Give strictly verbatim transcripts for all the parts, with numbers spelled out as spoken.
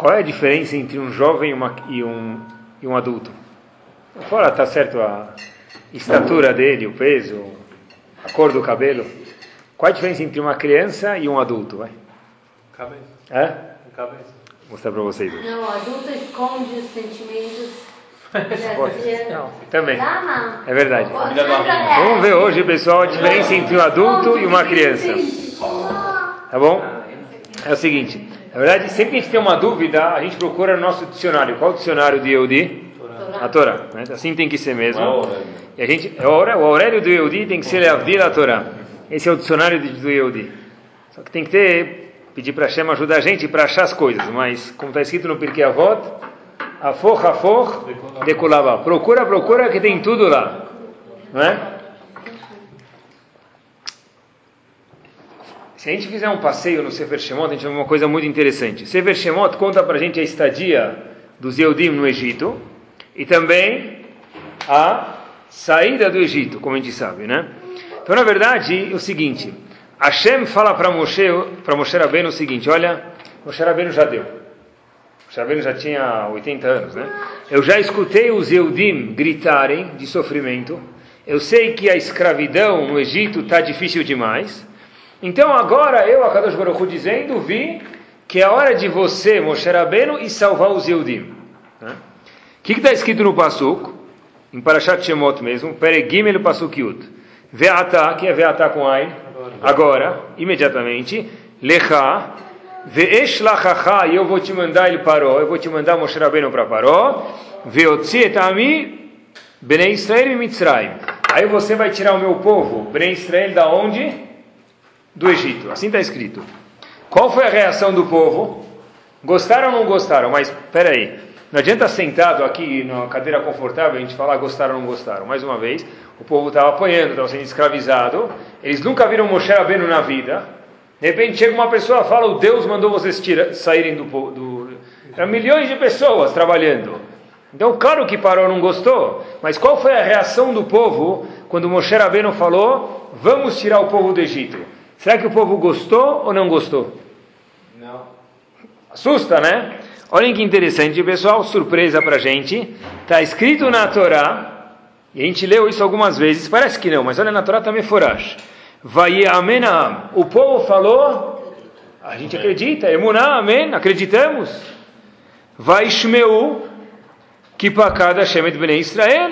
qual é a diferença entre um jovem e, uma, e, um, e um adulto? Fora está certo a estatura dele, o peso, a cor do cabelo. Qual é a diferença entre uma criança e um adulto? Vai? Cabeça. É? Cabeça. Vou mostrar para vocês. Não, o adulto esconde os sentimentos. Não, também. Lama. É verdade. É. Vamos ver hoje, pessoal, a diferença entre um adulto e uma criança. Tá bom? É o seguinte. Na verdade, sempre que a gente tem uma dúvida, a gente procura no nosso dicionário. Qual é o dicionário do Yehudi? A Torá. Né? Assim tem que ser mesmo. E a gente, o Aurélio do Yehudi tem que ser Leavdil a Torá. Esse é o dicionário do Yehudi. Só que tem que ter, pedir para Hashem ajudar a gente para achar as coisas. Mas, como está escrito no Pirkei Avot, Afor, Afor, Dekulava. Procura, procura, que tem tudo lá. Não é? Se a gente fizer um passeio no Sefer Shemot, a gente vai ver uma coisa muito interessante. Sefer Shemot conta para a gente a estadia dos Yehudim no Egito e também a saída do Egito, como a gente sabe, né? Então, na verdade, é o seguinte. Hashem fala para Moshe, para Moshe Rabbeinu o seguinte, olha, Moshe Rabbeinu já deu. Moshe Rabbeinu já tinha oitenta anos, né? Eu já escutei os Yehudim gritarem de sofrimento. Eu sei que a escravidão no Egito está difícil demais. Então agora eu, Akadosh Baruch Hu, dizendo, vi que é hora de você, Moshe Rabbeinu, e salvar os Yehudim. O né? que está escrito no Pasuk? Em Parashat Shemot mesmo, Peregimel Pasuk Yud. Ve'ata, que é Ve'ata com Ain, agora, imediatamente, Lecha, Ve'esh lachacha, e eu vou te mandar ele Paró, eu vou te mandar Moshe Rabbeinu para Paró, Ve'otzi et ami, Bnei Israel e Mitzrayim. Aí você vai tirar o meu povo, Bnei Israel, da onde? Do Egito, assim está escrito. Qual foi a reação do povo? Gostaram ou não gostaram? Mas, espera aí, não adianta sentado aqui na cadeira confortável a gente falar gostaram ou não gostaram. Mais uma vez, o povo estava apanhando, estava sendo escravizado, eles nunca viram Moshe Rabbeinu na vida. De repente chega uma pessoa e fala, o Deus mandou vocês tira, saírem do... do eram milhões de pessoas trabalhando. Então, claro que Paró não gostou, mas qual foi a reação do povo quando Moshe Rabbeinu falou, vamos tirar o povo do Egito? Será que o povo gostou ou não gostou? Não. Assusta, né? Olhem que interessante, pessoal, surpresa pra gente. Está escrito na Torá, e a gente leu isso algumas vezes, parece que não, mas olha na Torá também forash. Vai amenam. O povo falou, a gente acredita, emuná, amém, acreditamos. Vai shmeu, kipakada shemet bnei Israel,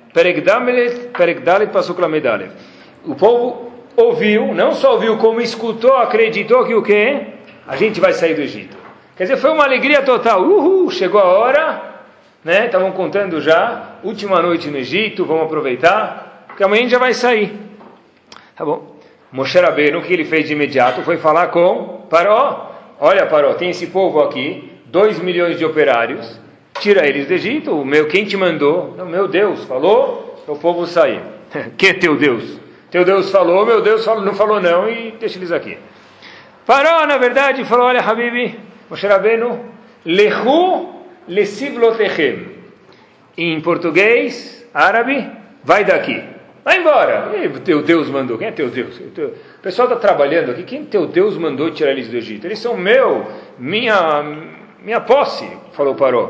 peregdalet pasuk lamedalev. O povo ouviu, não só ouviu, como escutou, acreditou que o quê? A gente vai sair do Egito. Quer dizer, foi uma alegria total. Uhul, chegou a hora, né? Estavam contando já, última noite no Egito, vamos aproveitar, porque amanhã a gente já vai sair. Tá bom. Moshe Rabbeinu, o que ele fez de imediato? Foi falar com Paró. Olha, Paró, tem esse povo aqui, dois milhões de operários, tira eles do Egito, o meu, quem te mandou? Não, meu Deus, falou, o povo sair. Quem é teu Deus? Teu Deus falou, meu Deus falou, não falou não, e deixa eles aqui. Paró, na verdade, falou, olha, Habibi, Moshe Rabbeinu, Lechu lesivlotechem. Em português, árabe, vai daqui. Vai embora. E teu Deus mandou. Quem é teu Deus? O pessoal está trabalhando aqui. Quem teu Deus mandou tirar eles do Egito? Eles são meu, minha, minha posse, falou Paró.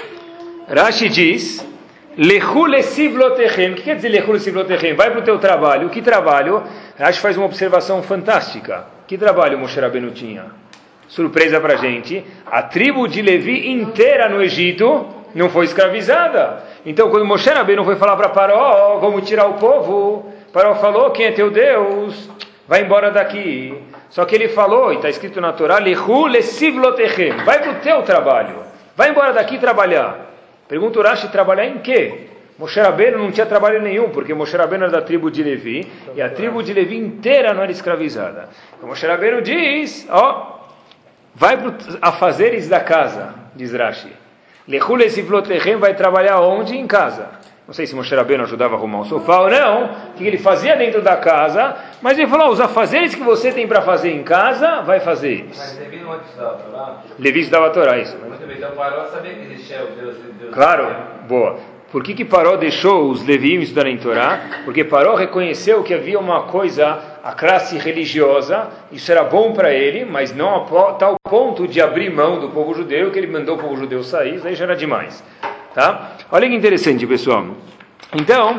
Rashi diz, Lechu lesivlotechem. O que quer dizer Lechu lesivlotechem? Vai para o teu trabalho. Que trabalho? Rashi faz uma observação fantástica. Que trabalho Moshe Rabbeinu tinha? Surpresa para a gente. A tribo de Levi inteira no Egito não foi escravizada. Então, quando Moshe Rabbeinu foi falar para Paró, vamos tirar o povo, Paró falou, quem é teu Deus? Vai embora daqui. Só que ele falou, e está escrito na Torá, Lechu lesivlotechem. Vai para o teu trabalho. Vai embora daqui trabalhar. Pergunta o Rashi, trabalhar em quê? Moshe Rabbeinu não tinha trabalho nenhum, porque Moshe Rabbeinu era da tribo de Levi, e a tribo de Levi inteira não era escravizada. Então Moshe Rabbeinu diz, ó, vai para os afazeres da casa, diz Rashi. Lechu lesivlotechem vai trabalhar onde? Em casa. Não sei se Moshe Rabbeinu ajudava a arrumar um sofá ou não, o que ele fazia dentro da casa, mas ele falou, os afazeres que você tem para fazer em casa, vai fazer eles. Mas Levi não estudava a Torá? Levi estudava a Torá, isso. Muito bem, então Paró sabia que existia o Deus, Deus. Claro, boa. Por que que Paró deixou os Leviim estudarem Torá? Porque Paró reconheceu que havia uma coisa a classe religiosa, isso era bom para ele, mas não a tal ponto de abrir mão do povo judeu, que ele mandou o povo judeu sair, isso aí já era demais. Tá? Olha que interessante, pessoal. Então,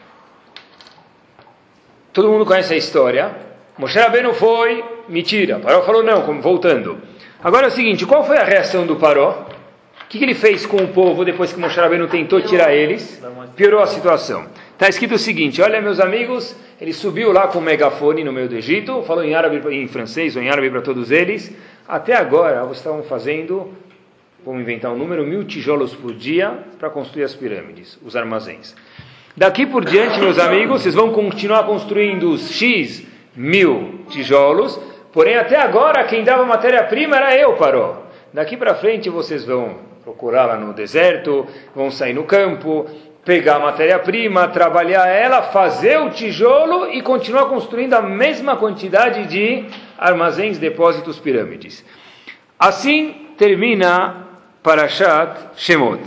todo mundo conhece a história. Moshe Rabbeinu foi, mentira. Paró falou não, como voltando. Agora é o seguinte, qual foi a reação do Paró? O que, que ele fez com o povo depois que Moshe Rabbeinu tentou tirar eles? Piorou a situação. Está escrito o seguinte, olha meus amigos, ele subiu lá com o megafone no meio do Egito, falou em árabe, em francês ou em árabe para todos eles. Até agora, vocês estavam fazendo, vamos inventar um número, mil tijolos por dia para construir as pirâmides, os armazéns. Daqui por diante, meus amigos, vocês vão continuar construindo os X mil tijolos, porém até agora quem dava matéria-prima era eu, Paró. Daqui para frente vocês vão procurar lá no deserto, vão sair no campo, pegar a matéria-prima, trabalhar ela, fazer o tijolo e continuar construindo a mesma quantidade de armazéns, depósitos, pirâmides. Assim termina Parashat Shemot.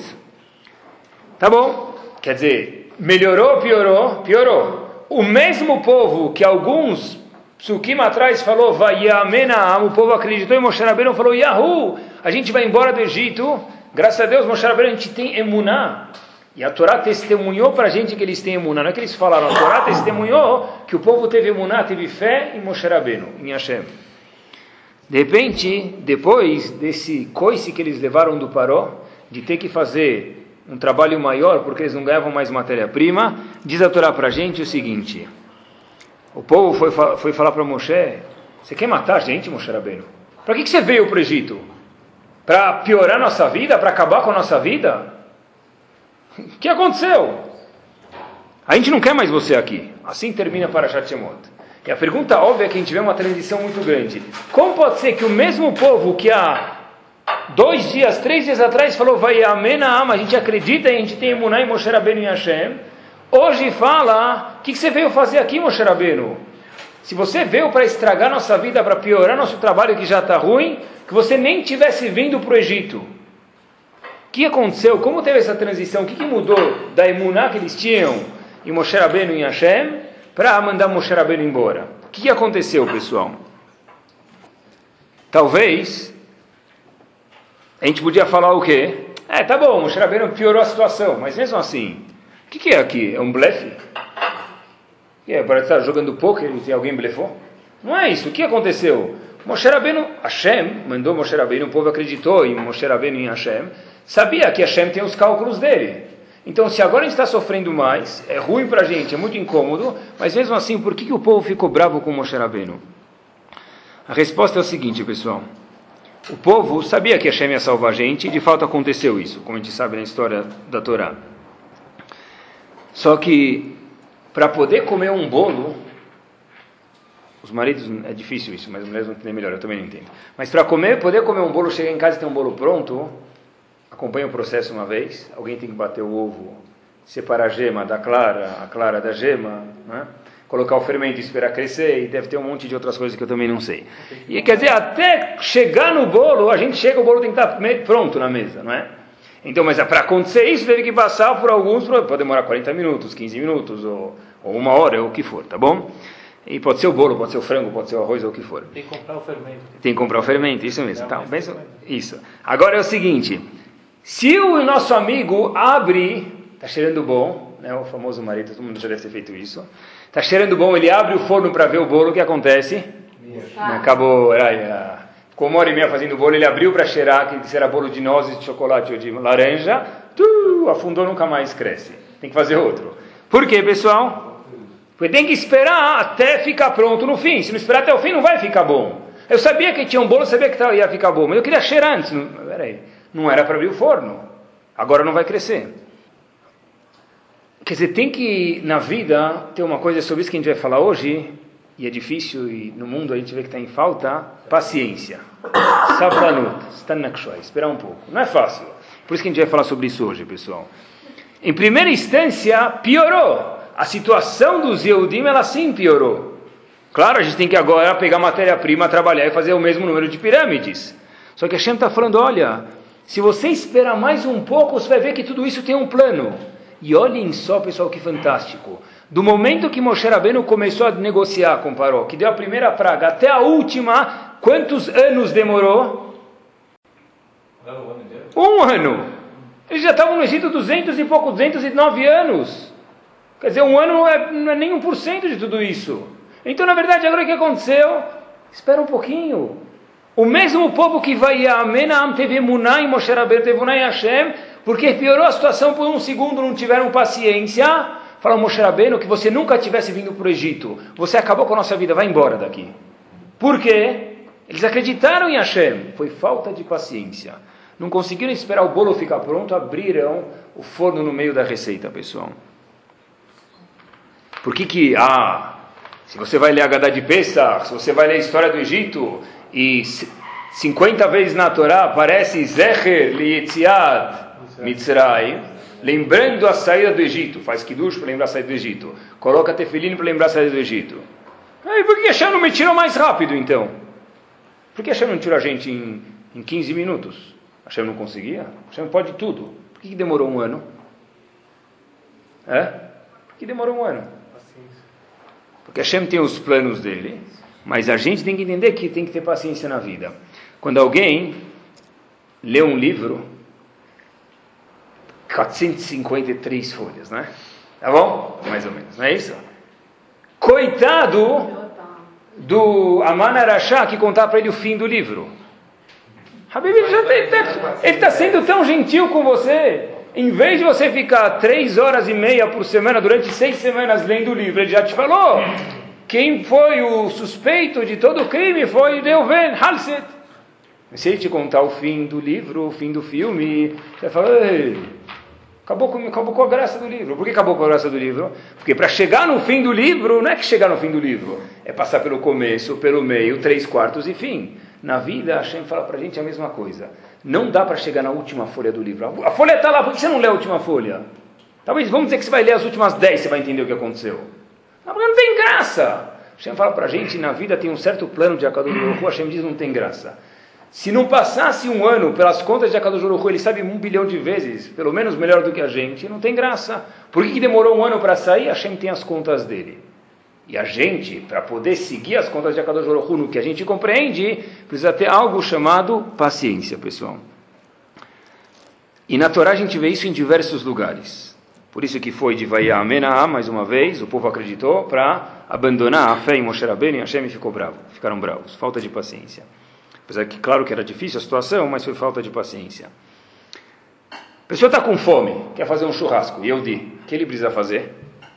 Tá bom? Quer dizer, melhorou, piorou? Piorou. O mesmo povo que alguns psukim atrás falou, Vayamenam, o povo acreditou em Moshe Rabbeinu, falou, Yahu, a gente vai embora do Egito, graças a Deus, Moshe Rabbeinu, a gente tem emuná. E a Torá testemunhou para a gente que eles têm emuná. Não é que eles falaram, a Torá testemunhou que o povo teve emuná, teve fé em Moshe Rabbeinu, em Hashem. De repente, depois desse coice que eles levaram do Paró, de ter que fazer um trabalho maior, porque eles não ganhavam mais matéria-prima, diz a Torá para a gente o seguinte, o povo foi, foi falar para Moshe, você quer matar a gente, Moshe Rabbeinu? Para que, que você veio para o Egito? Para piorar nossa vida? Para acabar com a nossa vida? O que aconteceu? A gente não quer mais você aqui. Assim termina Parashat Shemot. E a pergunta óbvia é que a gente vê uma transição muito grande. Como pode ser que o mesmo povo que há dois dias, três dias atrás falou, vai amenam, a gente acredita e a gente tem emuná em Moshe Rabbeinu e Hashem, hoje fala, o que, que você veio fazer aqui, Moshe Rabbeinu? Se você veio para estragar nossa vida, para piorar nosso trabalho que já está ruim, que você nem tivesse vindo para o Egito. O que aconteceu? Como teve essa transição? O que, que mudou da emuná que eles tinham em Moshe Rabbeinu e Hashem para mandar Moshe Rabbeinu embora? O que, que aconteceu, pessoal? Talvez a gente podia falar o quê? É, tá bom, Moshe Rabbeinu piorou a situação, mas mesmo assim, o que, que é aqui? É um blefe? Que é, parece estar jogando pôquer e alguém blefou? Não é isso. O que aconteceu? Moshe Rabbeinu, Hashem mandou Moshe Rabbeinu, o povo acreditou em Moshe Rabbeinu e em Hashem, sabia que Hashem tem os cálculos dele. Então, se agora a gente está sofrendo mais, é ruim para a gente, é muito incômodo, mas mesmo assim, por que, que o povo ficou bravo com Moshe Rabbeinu? A resposta é o seguinte, pessoal. O povo sabia que Hashem ia salvar a gente, e de fato aconteceu isso, como a gente sabe na história da Torá. Só que, para poder comer um bolo, os maridos, é difícil isso, mas as mulheres vão entender melhor, eu também não entendo. Mas para comer, poder comer um bolo, chegar em casa e ter um bolo pronto, acompanha o processo uma vez, alguém tem que bater o ovo, separar a gema da clara, a clara da gema, né? Colocar o fermento e esperar crescer, e deve ter um monte de outras coisas que eu também não sei. E quer dizer, até chegar no bolo, a gente chega, o bolo tem que estar pronto na mesa, não é? Então, mas para acontecer isso, teve que passar por alguns, pode demorar quarenta minutos, quinze minutos, ou, ou uma hora, ou o que for, tá bom? E pode ser o bolo, pode ser o frango, pode ser o arroz, ou o que for. Tem que comprar o fermento. Tem que comprar o fermento, isso mesmo. Tá, mesmo isso. Agora é o seguinte, se o nosso amigo abre, está cheirando bom, né, o famoso marido, todo mundo já deve ter feito isso, está cheirando bom, ele abre o forno para ver o bolo, o que acontece? Ah. Acabou, era, ficou uma hora e meia fazendo o bolo, ele abriu para cheirar, que era bolo de nozes, de chocolate ou de laranja, tu, afundou, nunca mais cresce. Tem que fazer outro. Por quê, pessoal? Porque tem que esperar até ficar pronto no fim. Se não esperar até o fim, não vai ficar bom. Eu sabia que tinha um bolo, eu sabia que ia ficar bom, mas eu queria cheirar antes. Não, peraí, não era para abrir o forno. Agora não vai crescer. Quer dizer, tem que, na vida, ter uma coisa sobre isso que a gente vai falar hoje, e é difícil, e no mundo a gente vê que está em falta, paciência. Sabranut, stanakshoy, esperar um pouco. Não é fácil. Por isso que a gente vai falar sobre isso hoje, pessoal. Em primeira instância, piorou. A situação dos Yehudim, ela sim piorou. Claro, a gente tem que agora pegar matéria-prima, trabalhar e fazer o mesmo número de pirâmides. Só que a Hashem está falando, olha, se você esperar mais um pouco, você vai ver que tudo isso tem um plano. E olhem só, pessoal, que fantástico. Do momento que Moshe Rabbeinu começou a negociar com Paró, que deu a primeira praga, até a última, quantos anos demorou? Um ano. Eles já estavam no Egito duzentos e pouco, duzentos e nove anos. Quer dizer, um ano não é, não é nem um por cento de tudo isso. Então, na verdade, agora o que aconteceu? Espera um pouquinho. O mesmo povo que vai a Amenam teve emuná em Moshe Rabbeinu, teve emuná em Hashem, porque piorou a situação por um segundo, não tiveram paciência. Falaram, Moshe Rabbeinu, que você nunca tivesse vindo para o Egito. Você acabou com a nossa vida, vai embora daqui. Por quê? Eles acreditaram em Hashem. Foi falta de paciência. Não conseguiram esperar o bolo ficar pronto, abriram o forno no meio da receita, pessoal. Por que que, ah, se você vai ler a Haggadah de Pesach, se você vai ler a história do Egito, e cinquenta vezes na Torá aparece Zecher Liyetziat Mitzrayim, lembrando a saída do Egito, faz Kiddush para lembrar a saída do Egito, coloca Tefilin para lembrar a saída do Egito. Aí, por que Hashem não me tirou mais rápido, então? Por que Hashem não tirou a gente em, em quinze minutos? Hashem não conseguia? Hashem pode tudo. Por que demorou um ano? É? Por que demorou um ano? Porque Hashem tem os planos dele, mas a gente tem que entender que tem que ter paciência na vida. Quando alguém lê um livro, quatrocentas e cinquenta e três folhas, né? Tá bom? Mais ou menos, não é isso? Coitado do Aman Arashá que contava para ele o fim do livro. Habib, ele está sendo tão gentil com você. Em vez de você ficar três horas e meia por semana, durante seis semanas lendo o livro, ele já te falou. Quem foi o suspeito de todo o crime foi Reuven Halset. Se ele te contar o fim do livro, o fim do filme, você vai falar, acabou com, acabou com a graça do livro. Por que acabou com a graça do livro? Porque para chegar no fim do livro, não é que chegar no fim do livro, é passar pelo começo, pelo meio, três quartos e fim. Na vida, a Hashem fala para a gente a mesma coisa. Não dá para chegar na última folha do livro. A folha está lá, por que você não lê a última folha? Talvez, vamos dizer que você vai ler as últimas dez, você vai entender o que aconteceu. Não, porque não tem graça. Hashem fala para a gente, na vida tem um certo plano de Akadosh Baruch Hu, Hashem diz não tem graça. Se não passasse um ano pelas contas de Akadosh Baruch Hu, ele sabe um bilhão de vezes, pelo menos melhor do que a gente, não tem graça. Por que, que demorou um ano para sair? Hashem tem as contas dele. E a gente, para poder seguir as contas de Akadosh Baruch Hu no que a gente compreende, precisa ter algo chamado paciência, pessoal. E na Torá a gente vê isso em diversos lugares. Por isso que foi de Vayá Amenah, mais uma vez, o povo acreditou, para abandonar a fé em Moshe Rabbeinu, e Hashem ficou bravo, ficaram bravos, falta de paciência. Apesar que, claro que era difícil a situação, mas foi falta de paciência. A pessoa está com fome, quer fazer um churrasco, e eu digo, o que ele precisa fazer?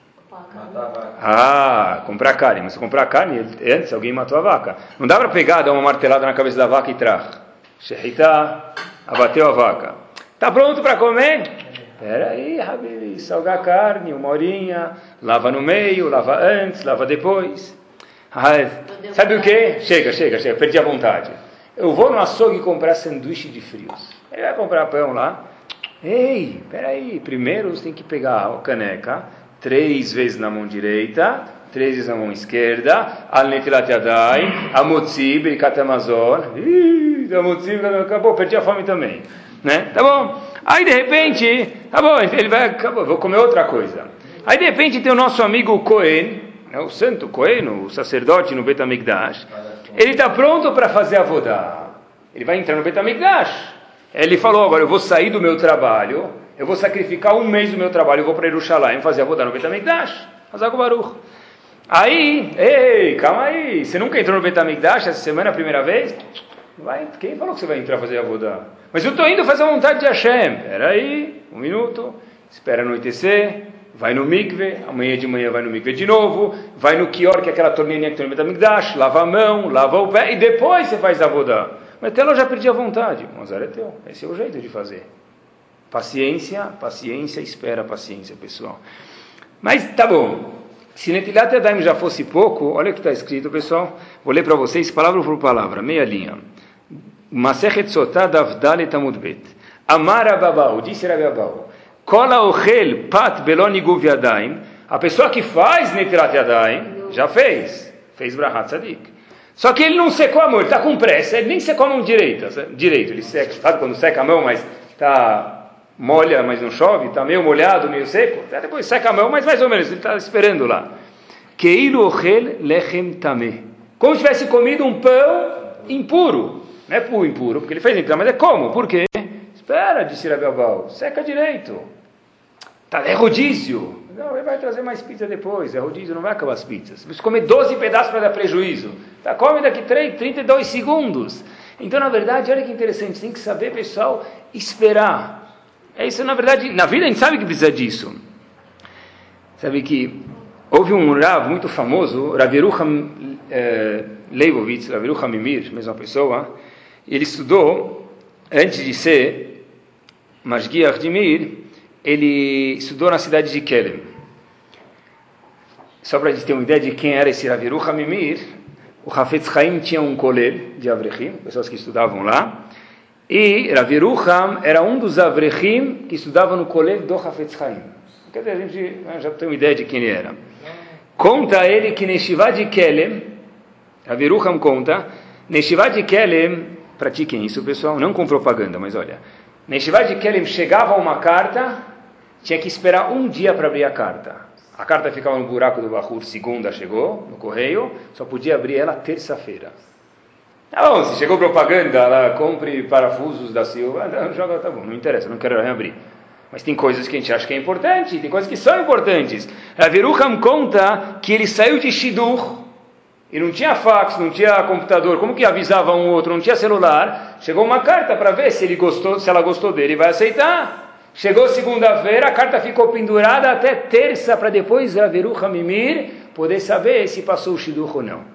Ah, comprar carne. Mas se comprar carne, antes alguém matou a vaca. Não dá para pegar, dar uma martelada na cabeça da vaca e trar. Shehitá, abateu a vaca. Está pronto para comer? Espera aí, Habib, salgar a carne, uma horinha, lava no meio, lava antes, lava depois. Ah, sabe o que? Chega, chega, chega, perdi a vontade. Eu vou no açougue comprar sanduíche de frios. Ele vai comprar pão lá. Ei, espera aí, primeiro você tem que pegar a caneca, três vezes na mão direita, três vezes na mão esquerda, al netilat yadayim, amotzi, berikat hamazon, ih, amotzi, acabou, perdi a fome também, né? Tá bom? Aí de repente, tá bom, ele vai, acabou, vou comer outra coisa. Aí de repente tem o nosso amigo Cohen, né, o santo Cohen, o sacerdote no Bet HaMikdash, ele está pronto para fazer a vodá, ele vai entrar no Bet HaMikdash, ele falou, agora eu vou sair do meu trabalho, eu vou sacrificar um mês do meu trabalho, eu vou para Yerushalayim fazer a vodá no Bet HaMikdash, Hazak Baruch. Aí, ei, calma aí, você nunca entrou no Bet HaMikdash essa semana a primeira vez? Vai, quem falou que você vai entrar fazer a vodá? Mas eu estou indo fazer a vontade de Hashem. Espera aí, um minuto, espera anoitecer, vai no mikve, amanhã de manhã vai no mikve de novo, vai no kior, que é aquela torneirinha que tem no Bet HaMikdash, lava a mão, lava o pé, e depois você faz a vodá. Mas até lá eu já perdi a vontade. O azar é teu, esse é o jeito de fazer. Paciência, paciência, espera, paciência, pessoal. Mas tá bom. Se Netilat Yadayim já fosse pouco, olha o que está escrito, pessoal. Vou ler para vocês, palavra por palavra, meia linha. Masechet Sotah Daf Dalet Amud Bet. Amar Ababau, disse Rabi Abau. Kola Ochel Pat Belo Niguv Yadayim. A pessoa que faz Netilat Yadayim, já fez. Fez Brahat Tzadik. Só que ele não secou a mão, ele está com pressa. Ele nem secou a mão direita. Direito, ele seca. Sabe quando seca a mão, mas está molha, mas não chove, está meio molhado, meio seco, até depois seca a mão, mas mais ou menos, ele está esperando lá. Keilu ochel lechem tameh. Como se tivesse comido um pão impuro. Não é puro impuro, porque ele fez então, mas é como? Por quê? Espera, disse Rabi Abau, seca direito. Tá, é rodízio. Não, ele vai trazer mais pizza depois, é rodízio, não vai acabar as pizzas. Você precisa comer doze pedaços para dar prejuízo. Tá, come daqui trinta e dois segundos. Então, na verdade, olha que interessante, tem que saber, pessoal, esperar. É isso, na verdade, na vida a gente sabe que precisa disso. Sabe que houve um Rav muito famoso, Rav Yerucham eh, Leibovitz, Rav Yerucham Mimir, mesma pessoa, ele estudou, antes de ser Mashgiach de Mir, ele estudou na cidade de Kelem. Só para a gente ter uma ideia de quem era esse Rav Yerucham Mimir, o Hafetz Chaim tinha um kolel de Avrechim, pessoas que estudavam lá, e Rav Yerucham era um dos Avrechim que estudavam no kolel do Hafetz Chaim. Quer dizer, a gente já tem uma ideia de quem ele era. Conta ele que Neshivá de Kelem, Rav Yerucham conta, Neshivá de Kelem, pratiquem isso pessoal, não com propaganda, mas olha, Neshivá de Kelem chegava uma carta, tinha que esperar um dia para abrir a carta. A carta ficava no buraco do Bahur, segunda chegou, no correio, só podia abrir ela terça-feira. Tá bom, se chegou propaganda, lá, compre parafusos da Silva, não, joga, tá bom, não interessa, não quero reabrir. Mas tem coisas que a gente acha que é importante, tem coisas que são importantes. Rav Yerucham conta que ele saiu de Shidur, e não tinha fax, não tinha computador, como que avisava um outro, não tinha celular, chegou uma carta para ver se ele gostou, se ela gostou dele, vai aceitar. Chegou segunda-feira, a carta ficou pendurada até terça, para depois Rav Yerucham Mimir poder saber se passou o Shidur ou não.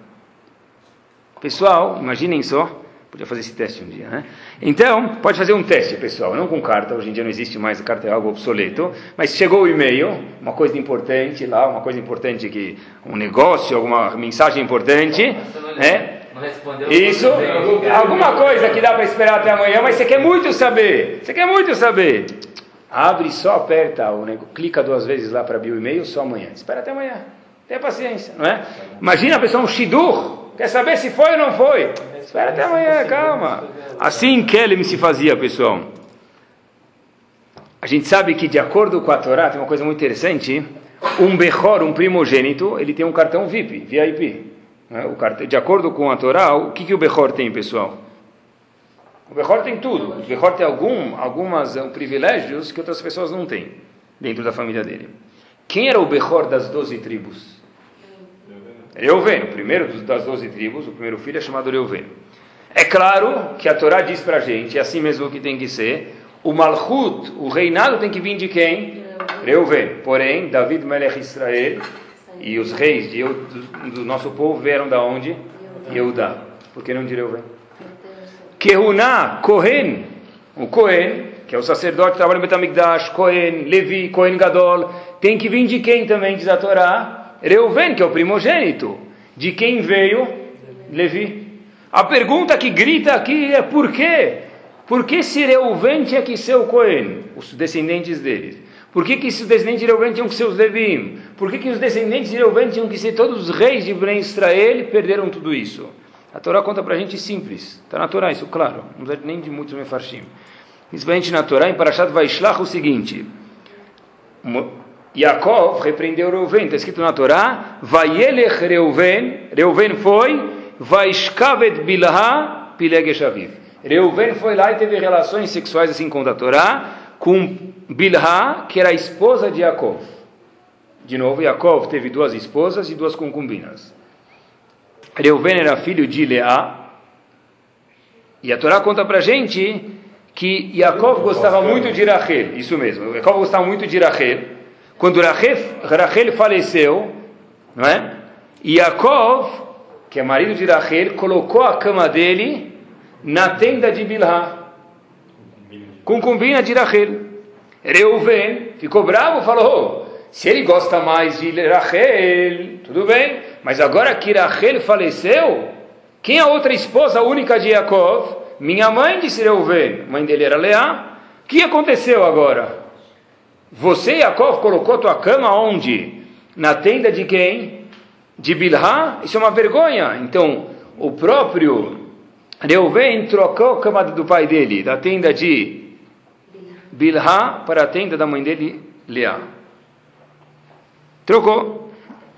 Pessoal, imaginem só, podia fazer esse teste um dia, né? Então, pode fazer um teste, pessoal, não com carta, hoje em dia não existe mais, a carta é algo obsoleto, mas chegou o e-mail, uma coisa importante lá, uma coisa importante que, um negócio, alguma mensagem importante, né? Não respondeu. Isso, alguma coisa que dá para esperar até amanhã, mas você quer muito saber, você quer muito saber. Abre, só aperta, o nego... clica duas vezes lá para abrir o e-mail, só amanhã. Espera até amanhã, tenha paciência, não é? Imagina a pessoa, um shidur, quer saber se foi ou não foi? Espera até amanhã, calma. Assim Kelem se fazia, pessoal. A gente sabe que de acordo com a Torá, tem uma coisa muito interessante, um Bechor, um primogênito, ele tem um cartão V I P, V I P. O cartão, de acordo com a Torá, o que, que o Bechor tem, pessoal? O Bechor tem tudo. O Bechor tem algum, algumas um, privilégios que outras pessoas não têm dentro da família dele. Quem era o Bechor das doze tribos? Reuven, o primeiro das doze tribos, o primeiro filho é chamado Reuven. É claro que a Torá diz para a gente, é assim mesmo que tem que ser, o Malchut, o reinado tem que vir de quem? Reuven. Porém, David Melech Israel e os reis de, do, do nosso povo vieram da onde? Yehudá. Por que não de Reuven? Kehuná, Kohen, o Kohen, que é o sacerdote que trabalha no Betamigdash, Kohen, Levi, Kohen Gadol, tem que vir de quem também, diz a Torá? Reuven, que é o primogênito. De quem veio? Levi. A pergunta que grita aqui é por quê? Por que se Reuven tinha que ser o Kohen? Os descendentes deles. Por que, que os descendentes de Reuven tinham que ser os Levim? Por que, que os descendentes de Reuven tinham que ser todos os reis de Ben Israel e perderam tudo isso? A Torá conta para a gente simples. Está na Torá isso, claro. Não precisa nem de muitos mefarshim. Diz para a gente na Torá, em Parashat Vaishlach, o seguinte. Yaakov repreendeu Reuven. Está escrito na Torá, Vayelech Reuven. Reuven foi, Vaishkavet Bilha Pilegesh Aviv. Reuven foi lá e teve relações sexuais, assim conta a Torá, com Bilha, que era a esposa de Yaakov. De novo, Yaakov teve duas esposas e duas concubinas. Reuven era filho de Leá, e a Torá conta para a gente que Yaakov gostava muito de Rachel, isso mesmo, Yaakov gostava muito de Rachel. Quando Rachel, Rachel faleceu, não é? Yaakov, que é marido de Rachel, colocou a cama dele na tenda de Bilha, concubina de Rachel. Reuven ficou bravo, falou, oh, se ele gosta mais de Rachel, tudo bem, mas agora que Rachel faleceu, quem é a outra esposa única de Yaakov? Minha mãe, disse Reuven, mãe dele era Leá. O que aconteceu agora? Você, Yaakov, colocou tua cama onde? Na tenda de quem? De Bilha? Isso é uma vergonha. Então, o próprio Reuven trocou a cama do pai dele, da tenda de Bilhá para a tenda da mãe dele, Leá. Trocou.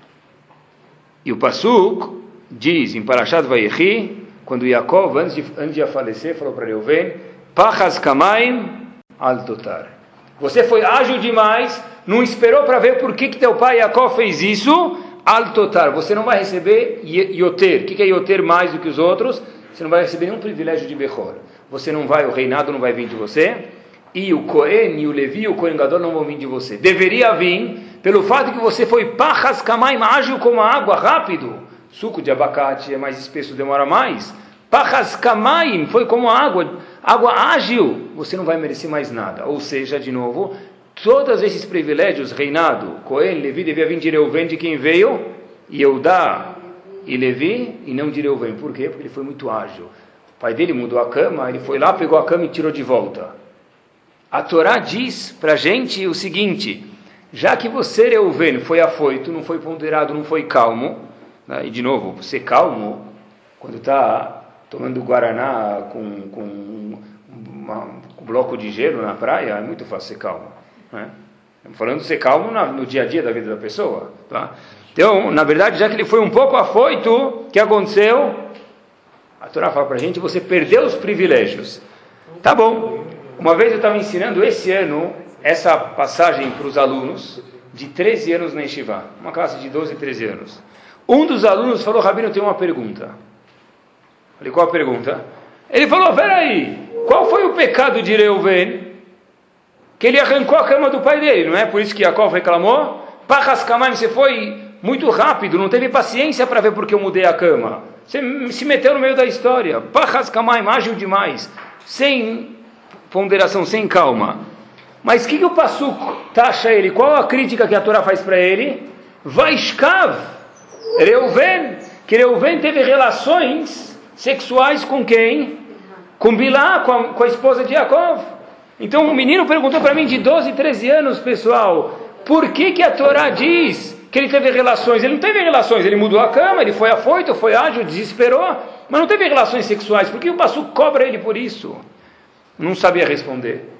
E o Pasuk diz em Parashat Vayechi, quando Yaakov, antes de, antes de falecer, falou para Reuven, Pachas Kamaim al Totar. Você foi ágil demais, não esperou para ver por que, que teu pai Yaakov fez isso, al Totar. Você não vai receber Yoter. O que, que é Yoter mais do que os outros? Você não vai receber nenhum privilégio de Bechor. Você não vai, o reinado não vai vir de você, e o Cohen, e o Levi, e o Cohen Gadol não vão vir de você. Deveria vir, pelo fato que você foi Pachas Kamaim, ágil como a água, rápido. Suco de abacate é mais espesso, demora mais. Pachas Kamaim foi como a água, água ágil. Você não vai merecer mais nada. Ou seja, de novo, todos esses privilégios, reinado, Cohen, Levi, devia vir de Reuven, de quem veio, Yehudá e Levi, e não de Reuven. Por quê? Porque ele foi muito ágil. O pai dele mudou a cama, ele foi lá, pegou a cama e tirou de volta. A Torá diz para a gente o seguinte, já que você, Reuven, foi afoito, não foi ponderado, não foi calmo, né? E de novo, ser calmo, quando está tomando guaraná com, com uma, um bloco de gelo na praia, é muito fácil ser calmo. Né? Estamos falando de ser calmo na, no dia a dia da vida da pessoa. Tá? Então, na verdade, já que ele foi um pouco afoito, o que aconteceu? A Torá fala para a gente, você perdeu os privilégios. Tá bom. Uma vez eu estava ensinando esse ano essa passagem para os alunos de treze anos na Yeshiva, uma classe de doze, treze anos. Um dos alunos falou, Rabino, eu tenho uma pergunta. Falei, qual a pergunta? Ele falou, peraí, qual foi o pecado de Reuven? Que ele arrancou a cama do pai dele, não é? Por isso que Yaakov reclamou. Pachas Kamaim, você foi muito rápido, não teve paciência para ver porque eu mudei a cama. Você se meteu no meio da história. Pachas Kamaim, ágil demais, sem ponderação, sem calma. Mas o que, que o Pasuk taxa ele? Qual a crítica que a Torá faz para ele? Vaishkav. Reuven, que Reuven teve relações sexuais com quem? Com Bilá, com a, com a esposa de Yaakov. Então um menino perguntou para mim de doze, treze anos, pessoal, por que que a Torá diz que ele teve relações? Ele não teve relações, ele mudou a cama, ele foi afoito, foi ágil, desesperou, mas não teve relações sexuais. Por que o Pasuk cobra ele por isso? Não sabia responder.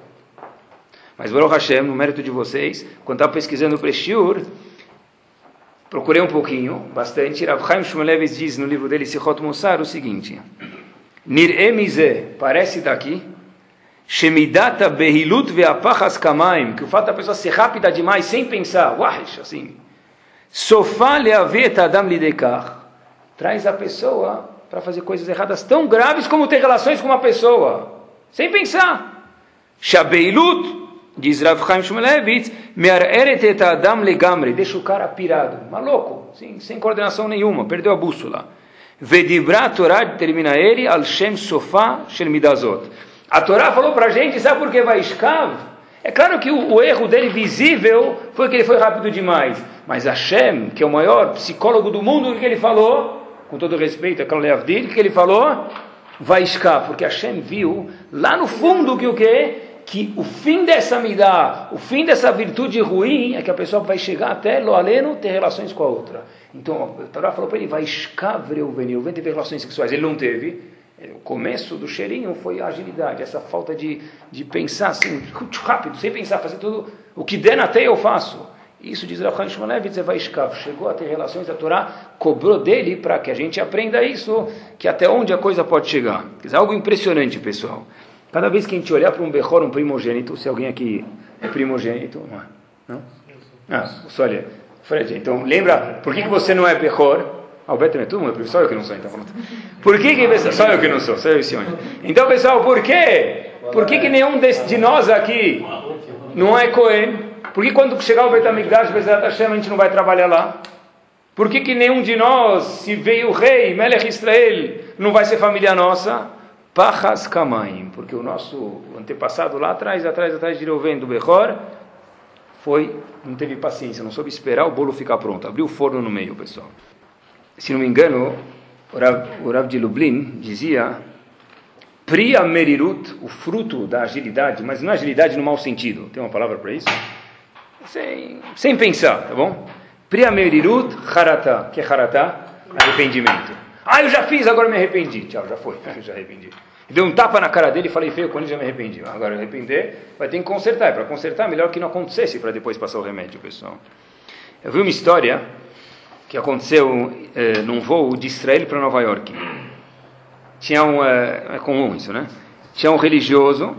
Mas Baruch Hashem, no mérito de vocês, quando estava pesquisando o Preshiur, procurei um pouquinho, bastante. Rav Chaim Shmulevitz diz no livro dele, Sichot Mussar, o seguinte, Nir'e mizeh, parece daqui, Shemidata behilut ve'apachas kamaim, que o fato da pessoa ser rápida demais, sem pensar, wahish, assim, Sofá leavet adam lidekach, traz a pessoa para fazer coisas erradas tão graves como ter relações com uma pessoa, sem pensar. Shabeilut, diz Rav Chaim Shmulevitz, me'areret et adam legamri, deixa o cara pirado, maluco, sem, sem coordenação nenhuma, perdeu a bússola. Vedibra Torá, termina ele, al shem sofá shel midazot. A Torá falou para a gente, sabe por que vai escav? É claro que o, o erro dele visível foi que ele foi rápido demais, mas Hashem, que é o maior psicólogo do mundo, o que ele falou? Com todo respeito a Kalei Avdil, o que ele falou? Vai escav, porque Hashem viu lá no fundo que o que? Que o fim dessa midá, o fim dessa virtude ruim, é que a pessoa vai chegar até lo aleno ter relações com a outra. Então a Torá falou para ele, vai escav Reuven, Reuven teve relações sexuais, ele não teve. O começo do cheirinho foi a agilidade, essa falta de, de pensar assim, rápido, sem pensar, fazer tudo, o que der na teia eu faço. Isso diz Rav Chaim Shmulevitz, vai escav, chegou a ter relações, a Torá cobrou dele para que a gente aprenda isso, que até onde a coisa pode chegar. Quer dizer, algo impressionante, pessoal. Cada vez que a gente olhar para um Bechor, um primogênito, se alguém aqui é primogênito, não é? Não? Ah, só olha, Fred, então lembra, por que, que você não é Bechor? Ah, o Beto é todo mundo, só eu que não sou, então pronto. Por que que, só eu que não sou, só eu e Sione. Então, pessoal, por quê? Por que que nenhum de, de nós aqui não é Cohen? Por que quando chegar o Beit HaMikdash, Bezerra Hashem, a gente não vai trabalhar lá? Por que que nenhum de nós, se veio o rei, Melech Israel, não vai ser família nossa? Pachas Kamaim, porque o nosso antepassado lá atrás, atrás, atrás de Reuven do Bechor, foi, não teve paciência, não soube esperar o bolo ficar pronto, abriu o forno no meio, pessoal. Se não me engano, o Rav, o Rav de Lublin dizia, Priya Merirut, o fruto da agilidade, mas não é agilidade no mau sentido, tem uma palavra para isso? Sem, sem pensar, tá bom? Priya Merirut Haratá, que é Haratá? Arrependimento. Ah, eu já fiz, agora me arrependi. Tchau, já foi, já arrependi. Deu um tapa na cara dele e falei feio quando ele já me arrependi. Agora arrepender, vai ter que consertar. E para consertar, melhor que não acontecesse para depois passar o remédio, pessoal. Eu vi uma história que aconteceu eh, num voo de Israel para Nova York. Tinha um, é, é comum isso, né? Tinha um religioso